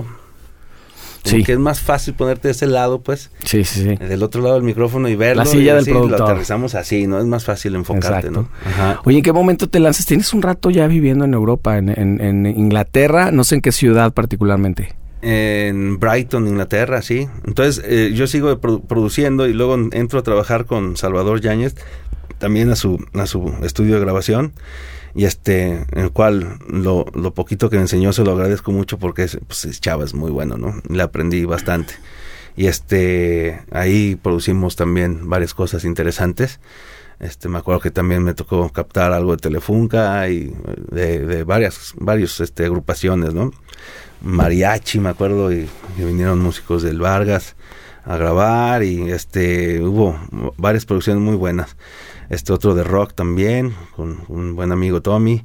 Sí. Porque es más fácil ponerte de ese lado, pues. Sí, sí, sí. Del otro lado del micrófono y verlo. La silla y del así, productor. Lo aterrizamos así, ¿no? Es más fácil enfocarte, Exacto. ¿no? Ajá. Oye, ¿en qué momento te lanzas? Tienes un rato ya viviendo en Europa, en, en, en Inglaterra, no sé en qué ciudad particularmente. En Brighton, Inglaterra, sí. Entonces, eh, yo sigo produ- produciendo y luego entro a trabajar con Salvador Yáñez, también a su, a su estudio de grabación. Y este, en el cual lo, lo poquito que me enseñó se lo agradezco mucho porque es, pues, es chava, es muy bueno, ¿no? Le aprendí bastante. Y este, ahí producimos también varias cosas interesantes. Este, me acuerdo que también me tocó captar algo de Telefunca y de, de varias, varios, este, agrupaciones, ¿no? Mariachi, me acuerdo, y, y vinieron músicos del Vargas a grabar y este, hubo varias producciones muy buenas. Este otro de rock también, con un buen amigo Tommy.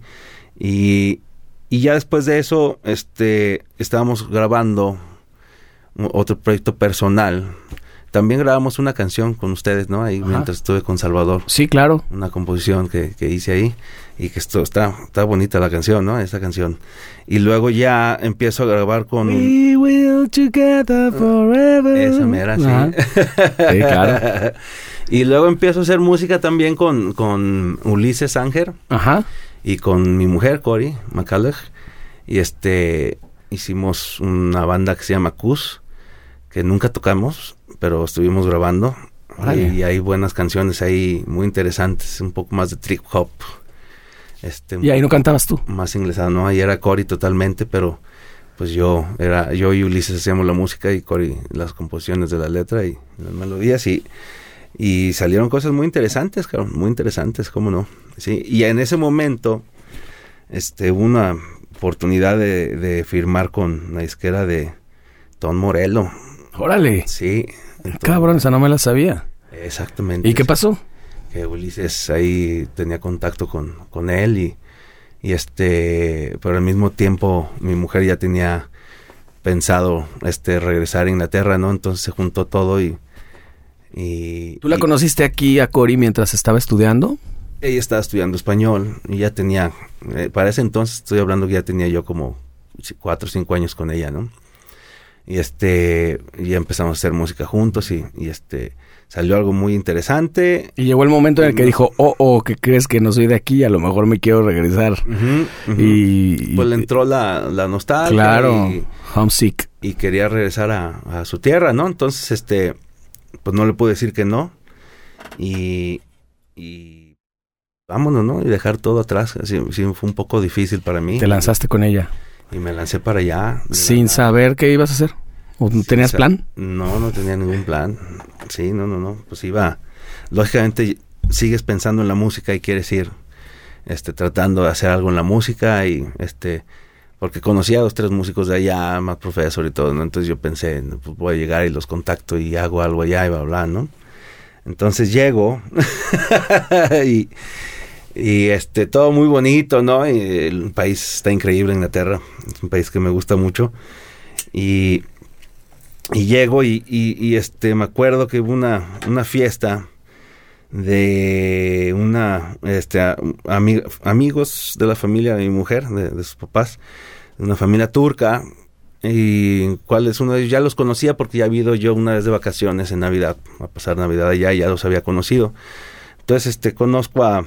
Y, y ya después de eso, este, estábamos grabando otro proyecto personal. También grabamos una canción con ustedes, ¿no? Ahí Ajá. mientras estuve con Salvador. Sí, claro. Una composición que, que hice ahí. Y que esto está, está bonita la canción, ¿no? Esa canción. Y luego ya empiezo a grabar con... We will together forever. Esa mera, sí. Sí, claro. Y luego empiezo a hacer música también con, con Ulises Ángel. Ajá. Y con mi mujer, Cory McCulloch. Y este, hicimos una banda que se llama Cus, que nunca tocamos, pero estuvimos grabando. Y, y hay buenas canciones ahí muy interesantes, un poco más de trip hop. Este, y ahí no cantabas tú. Más inglesado, no, ahí era Cory totalmente, pero pues yo era, yo y Ulises hacíamos la música y Cory las composiciones de la letra y las melodías y, y salieron cosas muy interesantes, claro, muy interesantes, cómo no. Sí, y en ese momento, este, hubo una oportunidad de, de firmar con la disquera de Tom Morello. Órale. Sí. Entonces, cabrón, esa no me la sabía. Exactamente. ¿Y qué pasó? Que Ulises ahí tenía contacto con, con él y, y este, pero al mismo tiempo mi mujer ya tenía pensado este regresar a Inglaterra, ¿no? Entonces se juntó todo y... y ¿Tú la y, conociste aquí a Cory mientras estaba estudiando? Ella estaba estudiando español y ya tenía, eh, para ese entonces estoy hablando que ya tenía yo como cuatro o cinco años con ella, ¿no? Y este, ya empezamos a hacer música juntos y, y este... salió algo muy interesante. Y llegó el momento en el que dijo, oh, oh, ¿qué crees que no soy de aquí? A lo mejor me quiero regresar. Uh-huh, uh-huh. Y, pues le entró la, la nostalgia. Claro, y, homesick. Y quería regresar a, a su tierra, ¿no? Entonces, este, pues no le pude decir que no. Y, y vámonos, ¿no? Y dejar todo atrás. Así, sí, fue un poco difícil para mí. Te lanzaste con ella. Y me lancé para allá. Sin la, saber qué ibas a hacer. ¿O tenías plan? No, no tenía ningún plan. Sí, no, no, no. Pues iba... Lógicamente sigues pensando en la música y quieres ir este, tratando de hacer algo en la música y este... Porque conocía a dos, tres músicos de allá, más profesor y todo, ¿no? Entonces yo pensé, pues voy a llegar y los contacto y hago algo allá y bla, bla, ¿no? Entonces llego y... Y este, todo muy bonito, ¿no? Y el país está increíble, Inglaterra. Es un país que me gusta mucho. Y... Y llego y, y, y este me acuerdo que hubo una, una fiesta de una este amig, amigos de la familia de mi mujer, de, de sus papás, de una familia turca, y cuál es uno de ellos, ya los conocía porque ya había ido yo una vez de vacaciones en Navidad, a pasar Navidad allá, y ya los había conocido. Entonces, este, conozco a,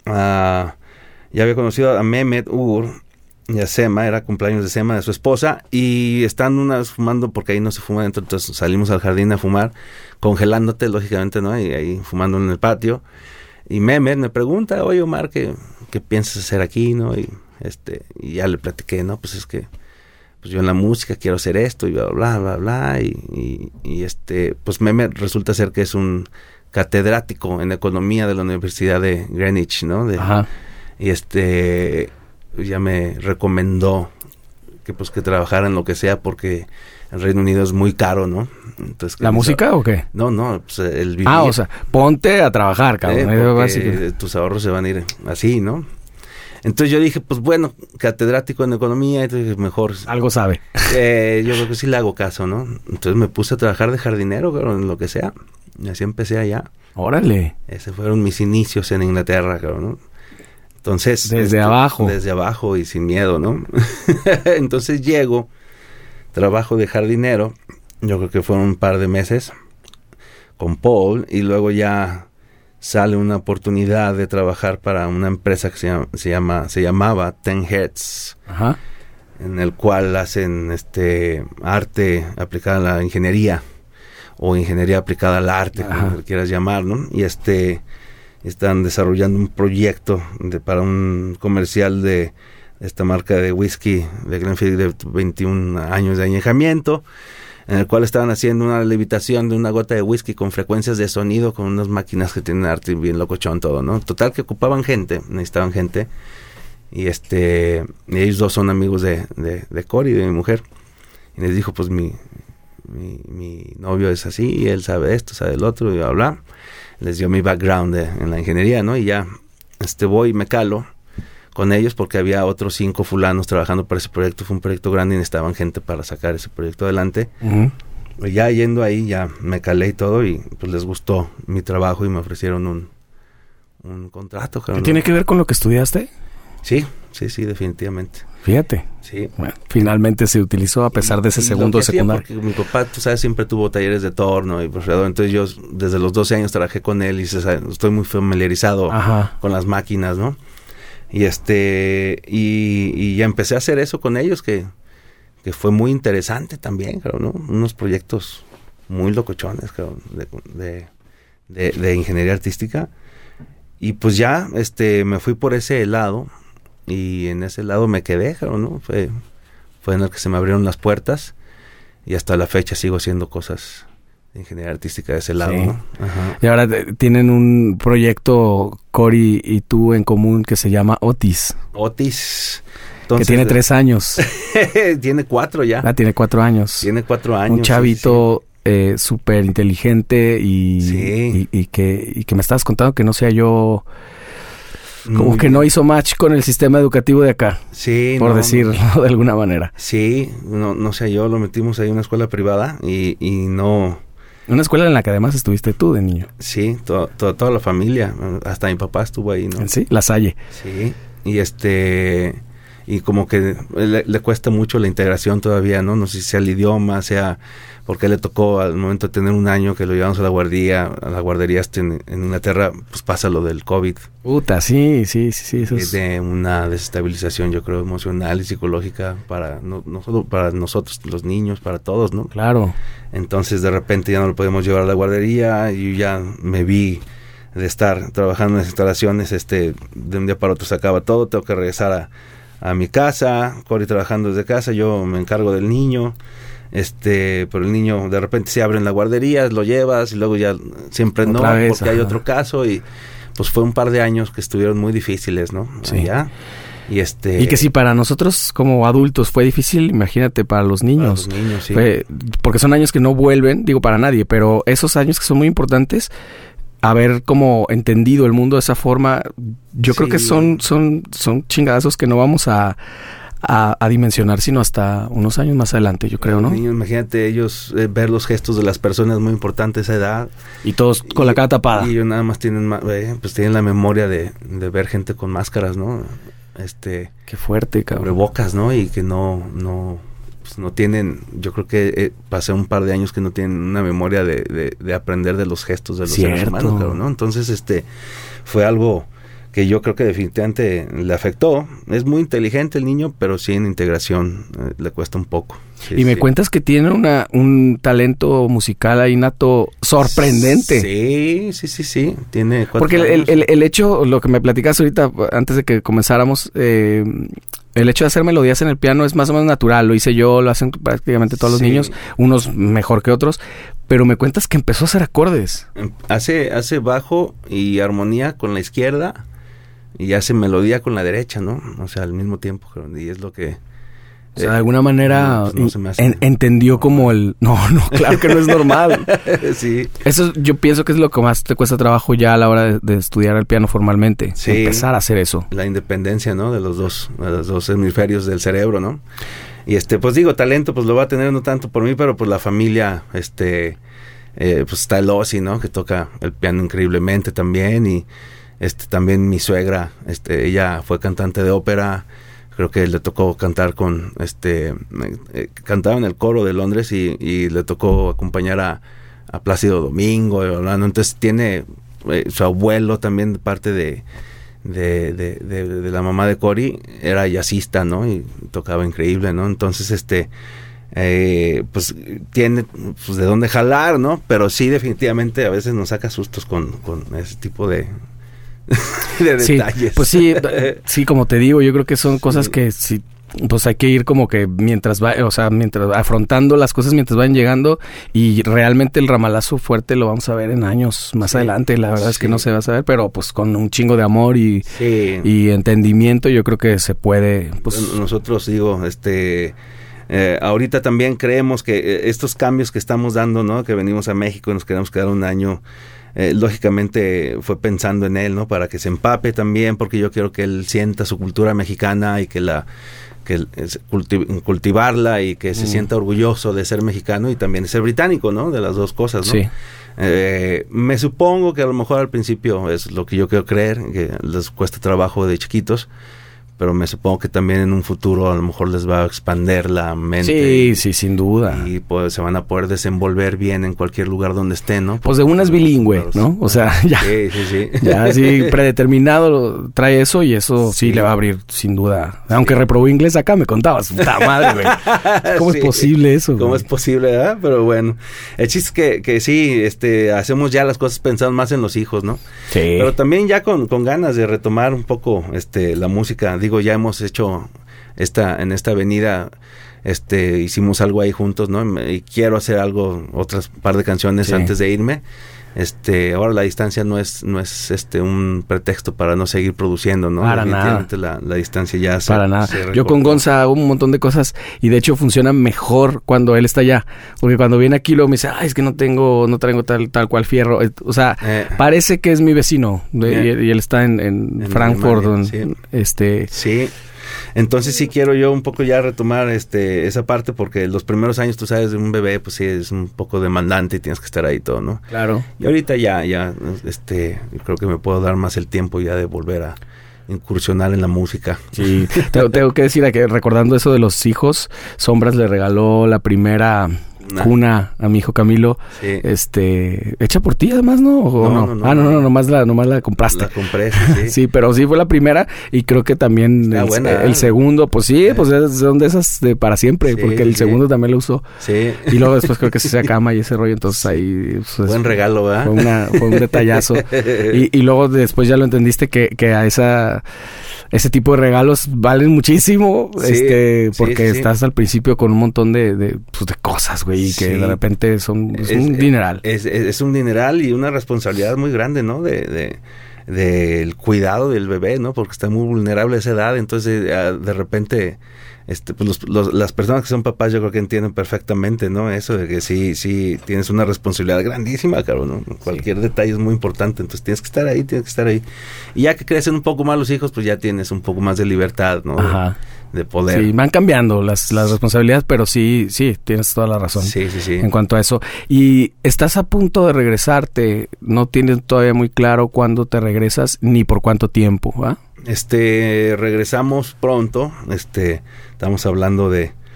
a ya había conocido a Mehmet Uğur y a Sema, era cumpleaños de Sema, de su esposa, y están una vez fumando, porque ahí no se fuma dentro, entonces salimos al jardín a fumar, congelándote, lógicamente, ¿no? Y ahí fumando en el patio, y Mehmet me pregunta, oye, Omar, ¿qué, qué piensas hacer aquí, no? Y, este, y ya le platiqué, ¿no? Pues es que pues yo en la música quiero hacer esto, y bla, bla, bla, bla, y, y, y este, pues Mehmet resulta ser que es un catedrático en economía de la Universidad de Greenwich, ¿no? De, Ajá. Y este, ya me recomendó que pues que trabajara en lo que sea, porque el Reino Unido es muy caro, ¿no? Entonces, ¿La música hizo, o qué? No, no, pues el vivir. Ah, o sea, ponte a trabajar, cabrón. Eh, porque tus ahorros se van a ir así, ¿no? Entonces yo dije, pues bueno, catedrático en economía, entonces mejor... Algo sabe. Eh, yo creo que sí le hago caso, ¿no? Entonces me puse a trabajar de jardinero, cabrón, en lo que sea. Y así empecé allá. Órale. Esos fueron mis inicios en Inglaterra, cabrón, ¿no? Entonces... Desde este, abajo. Desde abajo y sin miedo, ¿no? Entonces llego, trabajo de jardinero, yo creo que fueron un par de meses con Paul, y luego ya... sale una oportunidad de trabajar para una empresa que se llama, se, llama, se llamaba Ten Hertz, Ajá. en el cual hacen este arte aplicada a la ingeniería, o ingeniería aplicada al arte, Ajá. como le quieras llamar, ¿no? Y este están desarrollando un proyecto de, para un comercial de esta marca de whisky de Glenfiddich de veintiún años de añejamiento, en el cual estaban haciendo una levitación de una gota de whisky con frecuencias de sonido, con unas máquinas que tienen arte bien locochón todo, ¿no? Total que ocupaban gente, necesitaban gente, y este y ellos dos son amigos de, de, de Cory, de mi mujer, y les dijo, pues mi, mi, mi novio es así, y él sabe esto, sabe el otro, y bla, bla. Les dio mi background de, en la ingeniería, ¿no? Y ya este voy y me calo con ellos, porque había otros cinco fulanos trabajando para ese proyecto. Fue un proyecto grande y necesitaban gente para sacar ese proyecto adelante. Uh-huh. Y ya yendo ahí, ya me calé y todo, y pues les gustó mi trabajo y me ofrecieron un, un contrato. ¿Qué tiene que ver con lo que estudiaste? Sí, sí, sí, definitivamente. Fíjate. Sí. Bueno, finalmente se utilizó a pesar de ese y segundo lo que hacía, secundario. porque mi papá, tú sabes, siempre tuvo talleres de torno y profesor, entonces yo desde los doce años trabajé con él y se sabe, estoy muy familiarizado Ajá. con las máquinas, ¿no? Y este y, y ya empecé a hacer eso con ellos, que, que fue muy interesante también, claro, ¿no? Unos proyectos muy locochones, claro, de, de, de, de ingeniería artística. Y pues ya este me fui por ese lado, y en ese lado me quedé, claro, ¿no? Fue, fue en el que se me abrieron las puertas, y hasta la fecha sigo haciendo cosas de ingeniería artística de ese lado, sí. ¿no? Ajá. Y ahora eh, tienen un proyecto, Cory y tú, en común, que se llama Otis. Otis. que Entonces, tiene tres años. Tiene cuatro ya. Ah, tiene cuatro años. Tiene cuatro años. Un chavito sí, sí. eh, súper inteligente y, Sí. y, y, que, y que me estabas contando que no sea yo... Como Muy que bien. no hizo match con el sistema educativo de acá, Sí, por no, decirlo no. de alguna manera. Sí, no, no sé, yo lo metimos ahí en una escuela privada y, y no... Una escuela en la que además estuviste tú de niño. Sí, to, to, toda la familia, hasta mi papá estuvo ahí, ¿no? Sí, La Salle. Sí, y este... Y como que le, le cuesta mucho la integración todavía, ¿no? No sé si sea el idioma, sea... Porque le tocó al momento de tener un año que lo llevamos a la guardería, a la guardería este en, en Inglaterra, pues pasa lo del COVID. Puta, sí, sí, sí, sí. Eso es... De una desestabilización, yo creo, emocional y psicológica para no, no solo para nosotros, los niños, para todos, ¿no? Claro. Entonces, de repente ya no lo podemos llevar a la guardería y yo ya me vi de estar trabajando en las instalaciones, este, de un día para otro se acaba todo, tengo que regresar a, a mi casa, Cory trabajando desde casa, yo me encargo del niño. Este, pero el niño de repente se abre en la guardería, lo llevas y luego ya siempre Otra no, vez, porque hay ajá. otro caso y pues fue un par de años que estuvieron muy difíciles, ¿no? Sí. Allá. Y este Y que si para nosotros como adultos fue difícil, imagínate para los niños. para los niños, sí. Fue- porque son años que no vuelven, digo para nadie, pero esos años que son muy importantes, haber como entendido el mundo de esa forma, yo creo Sí. que son, son, son chingadazos que no vamos a, a, a dimensionar sino hasta unos años más adelante, yo creo, ¿no? Los niños, imagínate ellos eh, ver los gestos de las personas muy importantes a esa edad. Y todos con la cara tapada. Y ellos nada más tienen ma- eh, pues tienen la memoria de, de ver gente con máscaras, ¿no? Este Qué fuerte, cabrón. abrebocas, ¿no? Y que no no pues no tienen, yo creo que eh, pasé un par de años que no tienen una memoria de, de, de aprender de los gestos de los Cierto. seres humanos, claro, ¿no? Entonces, este, fue algo que yo creo que definitivamente le afectó. Es muy inteligente el niño, pero sí en integración eh, le cuesta un poco. Sí, y me sí. cuentas que tiene una un talento musical ahí nato sorprendente. Sí, sí, sí, sí. Tiene cuatro Porque el, años. el, el hecho, lo que me platicas ahorita, antes de que comenzáramos, eh, el hecho de hacer melodías en el piano es más o menos natural. Lo hice yo, lo hacen prácticamente todos Sí. los niños, unos mejor que otros. Pero me cuentas que empezó a hacer acordes. Hace, hace bajo y armonía con la izquierda y hace melodía con la derecha, ¿no? O sea, al mismo tiempo. Y es lo que... O sea, de alguna manera no, pues no se me hace- en- entendió como el... No, no, claro que no es normal. Sí. Eso yo pienso que es lo que más te cuesta trabajo ya a la hora de, de estudiar el piano formalmente. Sí. Empezar a hacer eso. La independencia, ¿no? De los dos, de los dos hemisferios del cerebro, ¿no? Y este, pues digo, talento, pues lo va a tener no tanto por mí, pero pues la familia, este, eh, pues está el Ozzy, ¿no? Que toca el piano increíblemente también, y este, también mi suegra, este, ella fue cantante de ópera. Creo que le tocó cantar con, este, eh, cantaba en el coro de Londres y, y le tocó acompañar a, a Plácido Domingo, hablando. Entonces tiene eh, su abuelo también de parte de, de, de, de, de la mamá de Cory, era jazzista, ¿no? Y tocaba increíble, ¿no? Entonces, este, eh, pues tiene pues, de dónde jalar, ¿no? Pero sí, definitivamente a veces nos saca sustos con, con ese tipo de... de Sí, detalles. pues sí, sí, como te digo, yo creo que son cosas Sí. que sí, pues hay que ir como que mientras va, o sea, mientras afrontando las cosas mientras van llegando, y realmente el ramalazo fuerte lo vamos a ver en años más Sí. adelante. La verdad es que Sí. no se va a saber, pero pues con un chingo de amor y, Sí. y entendimiento, yo creo que se puede, pues, Nosotros, digo, este... Eh, ahorita también creemos que eh, estos cambios que estamos dando, ¿no? Que venimos a México y nos queremos quedar un año, eh, lógicamente fue pensando en él, ¿no? Para que se empape también, porque yo quiero que él sienta su cultura mexicana y que la que el- es culti- cultivarla y que se Mm. sienta orgulloso de ser mexicano y también de ser británico, ¿no? De las dos cosas, ¿no? sí. Eh, me supongo que a lo mejor al principio es lo que yo quiero creer, que les cuesta trabajo de chiquitos, pero me supongo que también en un futuro a lo mejor les va a expander la mente. Sí, sí, sin duda. Y pues se van a poder desenvolver bien en cualquier lugar donde estén, ¿no? Pues de una es bilingüe, ¿no? O sea, ya, Sí, sí, sí. ya así predeterminado trae eso, y eso sí, Sí. le va a abrir sin duda. Aunque reprobó inglés acá, me contabas. Puta madre, güey. ¿Cómo Sí. es posible eso? ¿Cómo güey? es posible, verdad? Pero bueno, el chiste es que, que sí, este, hacemos ya las cosas pensando más en los hijos, ¿no? Sí. Pero también ya con, con ganas de retomar un poco este la música. Digo, ya hemos hecho esta en esta avenida, este hicimos algo ahí juntos, ¿no? Y quiero hacer algo, otras par de canciones Sí. antes de irme. Este, ahora la distancia no es no es este un pretexto para no seguir produciendo, ¿no? Para Definitivamente La, la distancia ya se Para nada. se Yo con recortó. Gonza hago un montón de cosas, y de hecho funciona mejor cuando él está allá, porque cuando viene aquí luego me dice, ay, es que no tengo, no traigo tal tal cual fierro. Eh, O sea, Eh, parece que es mi vecino, de- Eh. y, y él está en, en En Frankfurt, Alemania, en- sí. este, Sí, entonces sí quiero yo un poco ya retomar este esa parte, porque los primeros años, tú sabes, de un bebé, pues sí es un poco demandante y tienes que estar ahí todo, ¿no? claro. Y ahorita ya, ya, este, yo creo que me puedo dar más el tiempo ya de volver a incursionar en la música. Sí, tengo, tengo que decir que recordando eso de los hijos, Sombras le regaló la primera Nah. cuna a mi hijo Camilo, Sí. este, hecha por ti además, ¿no? ¿O No, no? no, no, ah, no, no. no, nomás la, nomás la compraste. La compré, sí, sí. Sí, pero sí fue la primera, y creo que también Está el, buena, el ¿eh? segundo, pues sí, Sí. pues es- son de esas de para siempre, Sí, porque el sí. segundo también lo usó, Sí. y luego después creo que se hacía cama y ese rollo, entonces ahí pues, Buen regalo, ¿verdad? fue, una, fue un detallazo. Y, y luego después ya lo entendiste que, que a esa ese tipo de regalos valen muchísimo, Sí, este, sí, porque sí, sí. estás al principio con un montón de, de, pues, de cosas, güey, y que Sí. de repente son es Es- un dineral. Es, es, es un dineral y una responsabilidad muy grande, ¿no? De, de del cuidado del bebé, ¿no? Porque está muy vulnerable a esa edad, entonces eh, de repente este pues los, los, las personas que son papás yo creo que entienden perfectamente, ¿no? Eso de que sí sí tienes una responsabilidad grandísima, claro, ¿no? Cualquier detalle es muy importante, entonces tienes que estar ahí, tienes que estar ahí. Y ya que crecen un poco más los hijos, pues ya tienes un poco más de libertad, ¿no? Ajá. De, de poder. Sí, van cambiando las, las responsabilidades, pero sí, sí, tienes toda la razón. Sí, sí, sí. En cuanto a eso. Y estás a punto de regresarte, no tienes todavía muy claro cuándo te regresas ni por cuánto tiempo, ¿va? Este, regresamos pronto, este, estamos hablando de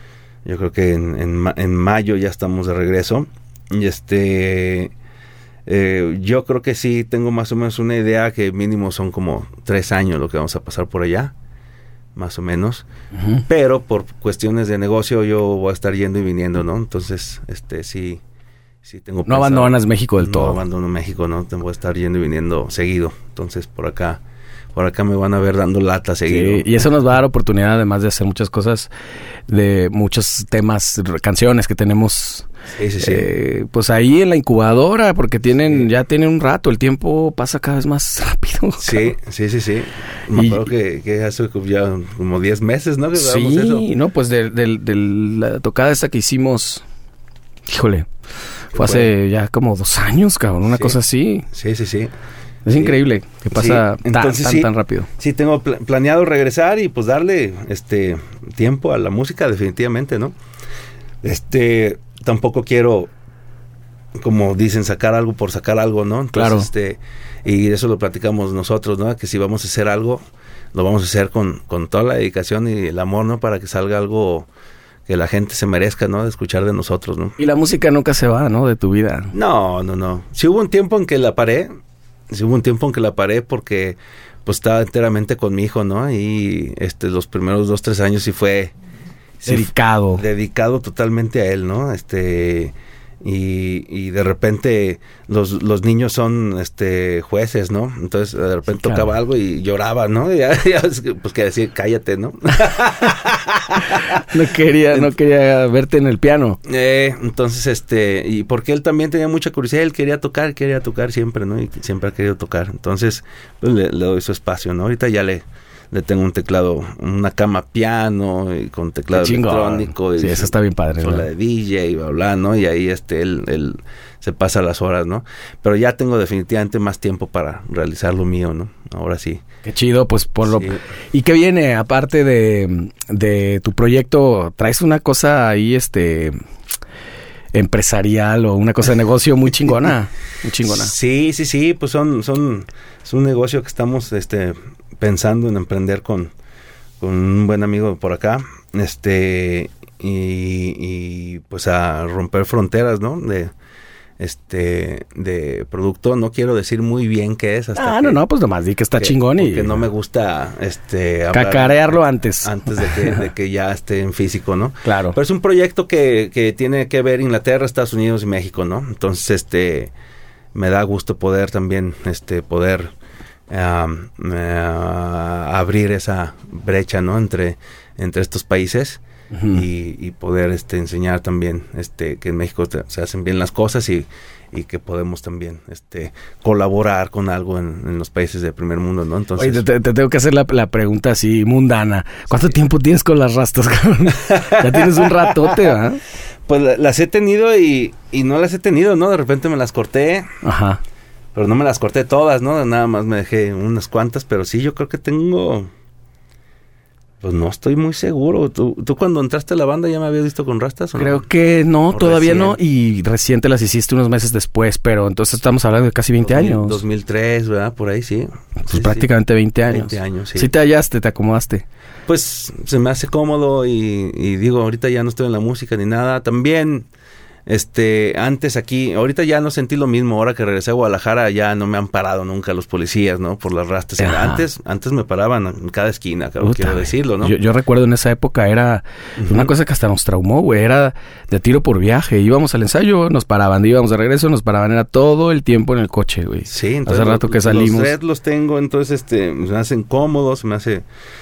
Yo creo que en, en, en mayo ya estamos de regreso. Y este... Eh, yo creo que sí tengo más o menos una idea que mínimo son como tres años lo que vamos a pasar por allá, más o menos. Uh-huh. Pero por cuestiones de negocio yo voy a estar yendo y viniendo, ¿no? Entonces, este, sí, sí tengo... No pensado, abandonas México del no todo. No abandono México, ¿no? Tengo que estar yendo y viniendo seguido. Entonces, por acá... Por acá me van a ver dando lata seguido. Sí, y eso nos va a dar oportunidad, además de hacer muchas cosas, de muchos temas, canciones que tenemos, sí, sí, sí. Eh, pues ahí en la incubadora, porque tienen, sí. ya tienen un rato, el tiempo pasa cada vez más rápido. Sí, claro. sí, sí, sí. Me y, acuerdo que, que hace ya como diez meses, ¿no? Que sí, eso. no, pues de, de, de la tocada esta que hicimos, híjole, fue hace bueno. ya como dos años, cabrón, una sí. cosa así. Sí, sí, sí. Es sí. increíble que pasa sí. Entonces, tan, sí, tan, tan rápido. Sí, tengo pl- planeado regresar y pues darle este tiempo a la música, definitivamente, ¿no? Este, tampoco quiero, como dicen, sacar algo por sacar algo, ¿no? Entonces, claro. este, y eso lo platicamos nosotros, ¿no? Que si vamos a hacer algo, lo vamos a hacer con, con toda la dedicación y el amor, ¿no? Para que salga algo que la gente se merezca, ¿no? De escuchar de nosotros, ¿no? Y la música nunca se va, ¿no? De tu vida. No, no, no. Si hubo un tiempo en que la paré, si hubo un tiempo en que la paré porque pues estaba enteramente con mi hijo, ¿no? Y este los primeros dos, tres años sí fue... Sí, dedicado. Dedicado totalmente a él, ¿no? Este... Y, y de repente los, los niños son este jueces, ¿no? Entonces de repente sí, claro. tocaba algo y lloraba, ¿no? Y ya, ya, pues que decía, cállate, ¿no? no quería, no quería verte en el piano. Eh, entonces, este, y porque él también tenía mucha curiosidad, él quería tocar, quería tocar siempre, ¿no? Y siempre ha querido tocar. Entonces, pues le, le doy su espacio, ¿no? Ahorita ya le... Le tengo un teclado, una cama piano y con teclado electrónico. Y sí, eso está bien padre. Sola de D J y bla, bla, ¿no? Y ahí este, él, él se pasa las horas, ¿no? Pero ya tengo definitivamente más tiempo para realizar lo mío, ¿no? Ahora sí. Qué chido, pues por lo... Sí. ¿Y qué viene? Aparte de, de tu proyecto, ¿traes una cosa ahí, este... empresarial o una cosa de negocio muy chingona? Muy chingona. Sí, sí, sí, pues son... son es un negocio que estamos, este... pensando en emprender con, con un buen amigo por acá, este, y, y pues a romper fronteras, ¿no? De, este, de producto, no quiero decir muy bien qué es. Hasta ah, que, no, no, pues nomás di que está que, chingón y... Porque no me gusta, este... cacarearlo antes. Antes de que, de que ya esté en físico, ¿no? Claro. Pero es un proyecto que, que tiene que ver Inglaterra, Estados Unidos y México, ¿no? Entonces, este, me da gusto poder también, este, poder... Uh, uh, abrir esa brecha, ¿no? entre entre estos países uh-huh. y, y poder este enseñar también este que en México te, se hacen bien las cosas y, y que podemos también este colaborar con algo en, en los países del primer mundo, ¿no? Entonces, oye, te, te tengo que hacer la, la pregunta así mundana. ¿Cuánto sí. tiempo tienes con las rastas, cabrón? Ya tienes un ratote, ¿verdad? Pues la, las he tenido y, y no las he tenido, ¿no? De repente me las corté. Ajá. Pero no me las corté todas, ¿no? Nada más me dejé unas cuantas, pero sí, yo creo que tengo... Pues no estoy muy seguro. ¿Tú, tú cuando entraste a la banda ya me habías visto con rastas o no? Creo que no, todavía recién? no. Y reciente las hiciste unos meses después, pero entonces estamos hablando de casi veinte años. dos mil tres, ¿verdad? Por ahí, sí. Pues sí, prácticamente sí. veinte años. veinte años, sí. Sí te hallaste, te acomodaste. Pues se me hace cómodo y, y digo, ahorita ya no estoy en la música ni nada. También... Este, antes aquí, ahorita ya no sentí lo mismo, ahora que regresé a Guadalajara ya no me han parado nunca los policías, ¿no? Por las rastas. Ajá. Antes, antes me paraban en cada esquina, claro, quiero decirlo, ¿no? Yo, yo recuerdo en esa época era uh-huh. una cosa que hasta nos traumó, güey, era de tiro por viaje. Íbamos al ensayo, nos paraban, íbamos de regreso, nos paraban, era todo el tiempo en el coche, güey. Sí, entonces hace rato los, que salimos. Los red los tengo, entonces este, me hacen cómodos, me hace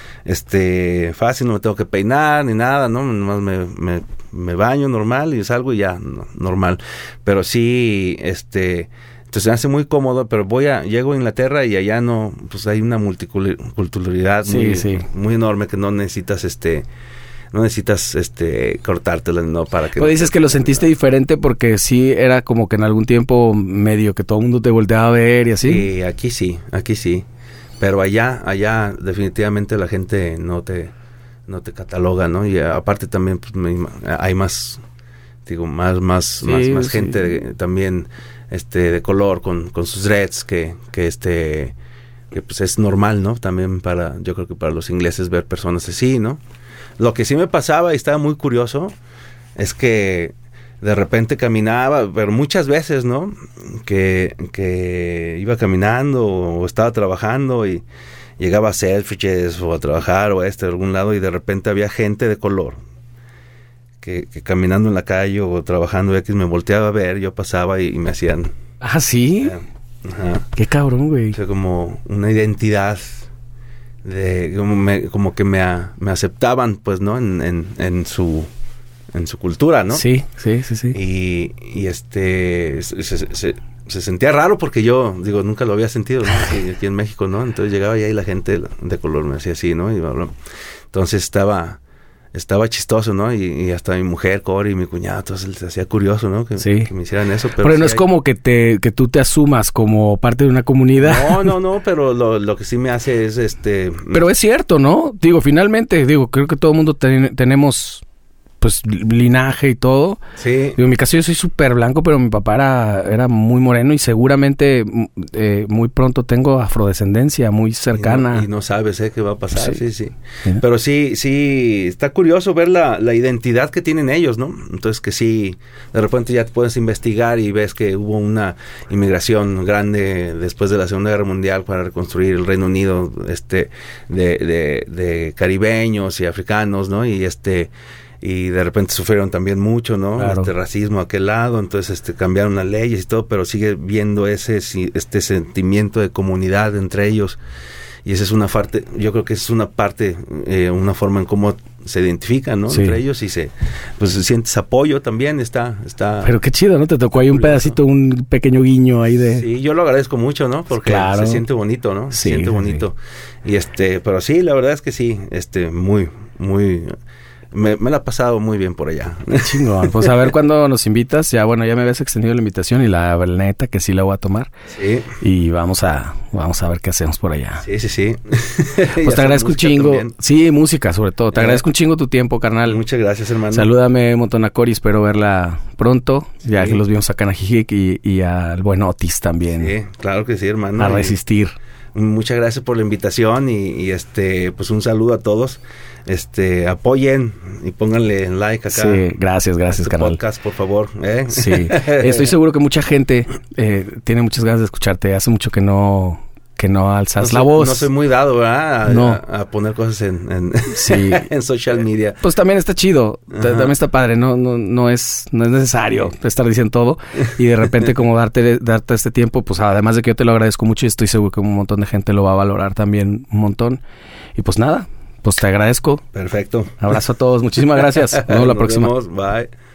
este fácil, no me tengo que peinar ni nada, ¿no? Nomás me, me, me baño normal y salgo y ya, no, normal. Pero sí, este, entonces me hace muy cómodo, pero voy a, llego a Inglaterra y allá no, pues hay una multiculturalidad sí, muy, sí. muy enorme que no necesitas, este, no necesitas, este, cortártela, ¿no? Para que... Pues dices que lo sentiste diferente porque sí era como que en algún tiempo medio que todo el mundo te volteaba a ver y así. Sí, aquí sí, aquí sí. Pero allá, allá definitivamente la gente no te, no te cataloga, ¿no? Y aparte también pues, me, hay más, digo, más, más, sí, más, más sí. gente de, también, este, de color con, con sus dreads que, que este, que pues es normal, ¿no? También para, yo creo que para los ingleses ver personas así, ¿no? Lo que sí me pasaba y estaba muy curioso es que de repente caminaba, pero muchas veces, ¿no? Que, que iba caminando o estaba trabajando y llegaba a Selfridges o a trabajar o a este, a algún lado, y de repente había gente de color que, que caminando en la calle o trabajando X me volteaba a ver, yo pasaba y, y me hacían... ¿Ah, sí? Ajá. Qué cabrón, güey. O sea, como una identidad de... Como, me, como que me, a, me aceptaban, pues, ¿no? En, en, en su... en su cultura, ¿no? Sí, sí, sí, sí. Y, y este... Se, se, se, se sentía raro porque yo, digo, nunca lo había sentido, ¿no? Aquí, aquí en México, ¿no? Entonces llegaba ya y la gente de color me hacía así, ¿no? Y, entonces estaba... Estaba chistoso, ¿no? Y, y hasta mi mujer, Cori, y mi cuñado, entonces les hacía curioso, ¿no? Que, sí. que me hicieran eso. Pero, pero sí no es hay... como que te que tú te asumas como parte de una comunidad. No, no, no, pero lo, lo que sí me hace es este... Pero es cierto, ¿no? Digo, finalmente, digo, creo que todo el mundo ten, tenemos... pues linaje y todo. Sí. Digo, en mi caso yo soy súper blanco, pero mi papá era, era muy moreno y seguramente eh, muy pronto tengo afrodescendencia muy cercana. Y no, y no sabes, ¿eh? Qué va a pasar, sí, sí. sí. ¿Sí? Pero sí, sí, está curioso ver la, la identidad que tienen ellos, ¿no? Entonces que sí, de repente ya te puedes investigar y ves que hubo una inmigración grande después de la Segunda Guerra Mundial para reconstruir el Reino Unido, este, de, de, de caribeños y africanos, ¿no? Y este... y de repente sufrieron también mucho, ¿no? Claro. Este racismo a aquel lado, entonces este cambiaron las leyes y todo, pero sigue viendo ese este sentimiento de comunidad entre ellos, y esa es una parte, yo creo que esa es una parte, eh, una forma en cómo se identifican, ¿no? Sí. Entre ellos y se, pues sientes apoyo también, está, está. Pero qué chido, ¿no? Te tocó ahí un pedacito, un pequeño guiño ahí de... Sí, yo lo agradezco mucho, ¿no? Porque claro. se siente bonito, ¿no? Se sí, siente bonito. Sí. Y este, pero sí, la verdad es que sí, este, muy, muy... Me, me la he pasado muy bien por allá. Chingón. Pues a ver cuándo nos invitas. Ya, bueno, ya me habías extendido la invitación y la neta que sí la voy a tomar. Sí. Y vamos a vamos a ver qué hacemos por allá. Sí, sí, sí. Pues te agradezco un chingo. También. Sí, música sobre todo. Te eh. agradezco un chingo tu tiempo, carnal. Muchas gracias, hermano. Salúdame un montón a Cori. Espero verla pronto. Sí. Ya que los vimos acá en Ajijic y, y al buen Otis también. Sí, claro que sí, hermano. A resistir. Y muchas gracias por la invitación y, y este, pues un saludo a todos. Este, apoyen y pónganle like acá. Sí, gracias, gracias, este carnal. podcast, por favor. ¿eh? Sí, estoy seguro que mucha gente eh, tiene muchas ganas de escucharte. Hace mucho que no que no alzas no soy, la voz. No soy muy dado, ¿verdad? A, no. a, a poner cosas en, en, sí. en social media. Pues también está chido, T- también está padre. No, no, no es, no es necesario estar diciendo todo y de repente como darte, darte este tiempo. Pues además de que yo te lo agradezco mucho y estoy seguro que un montón de gente lo va a valorar también un montón. Y pues nada. Pues te agradezco. Perfecto. Abrazo a todos. Muchísimas gracias. Nos vemos la próxima. Nos vemos. Bye.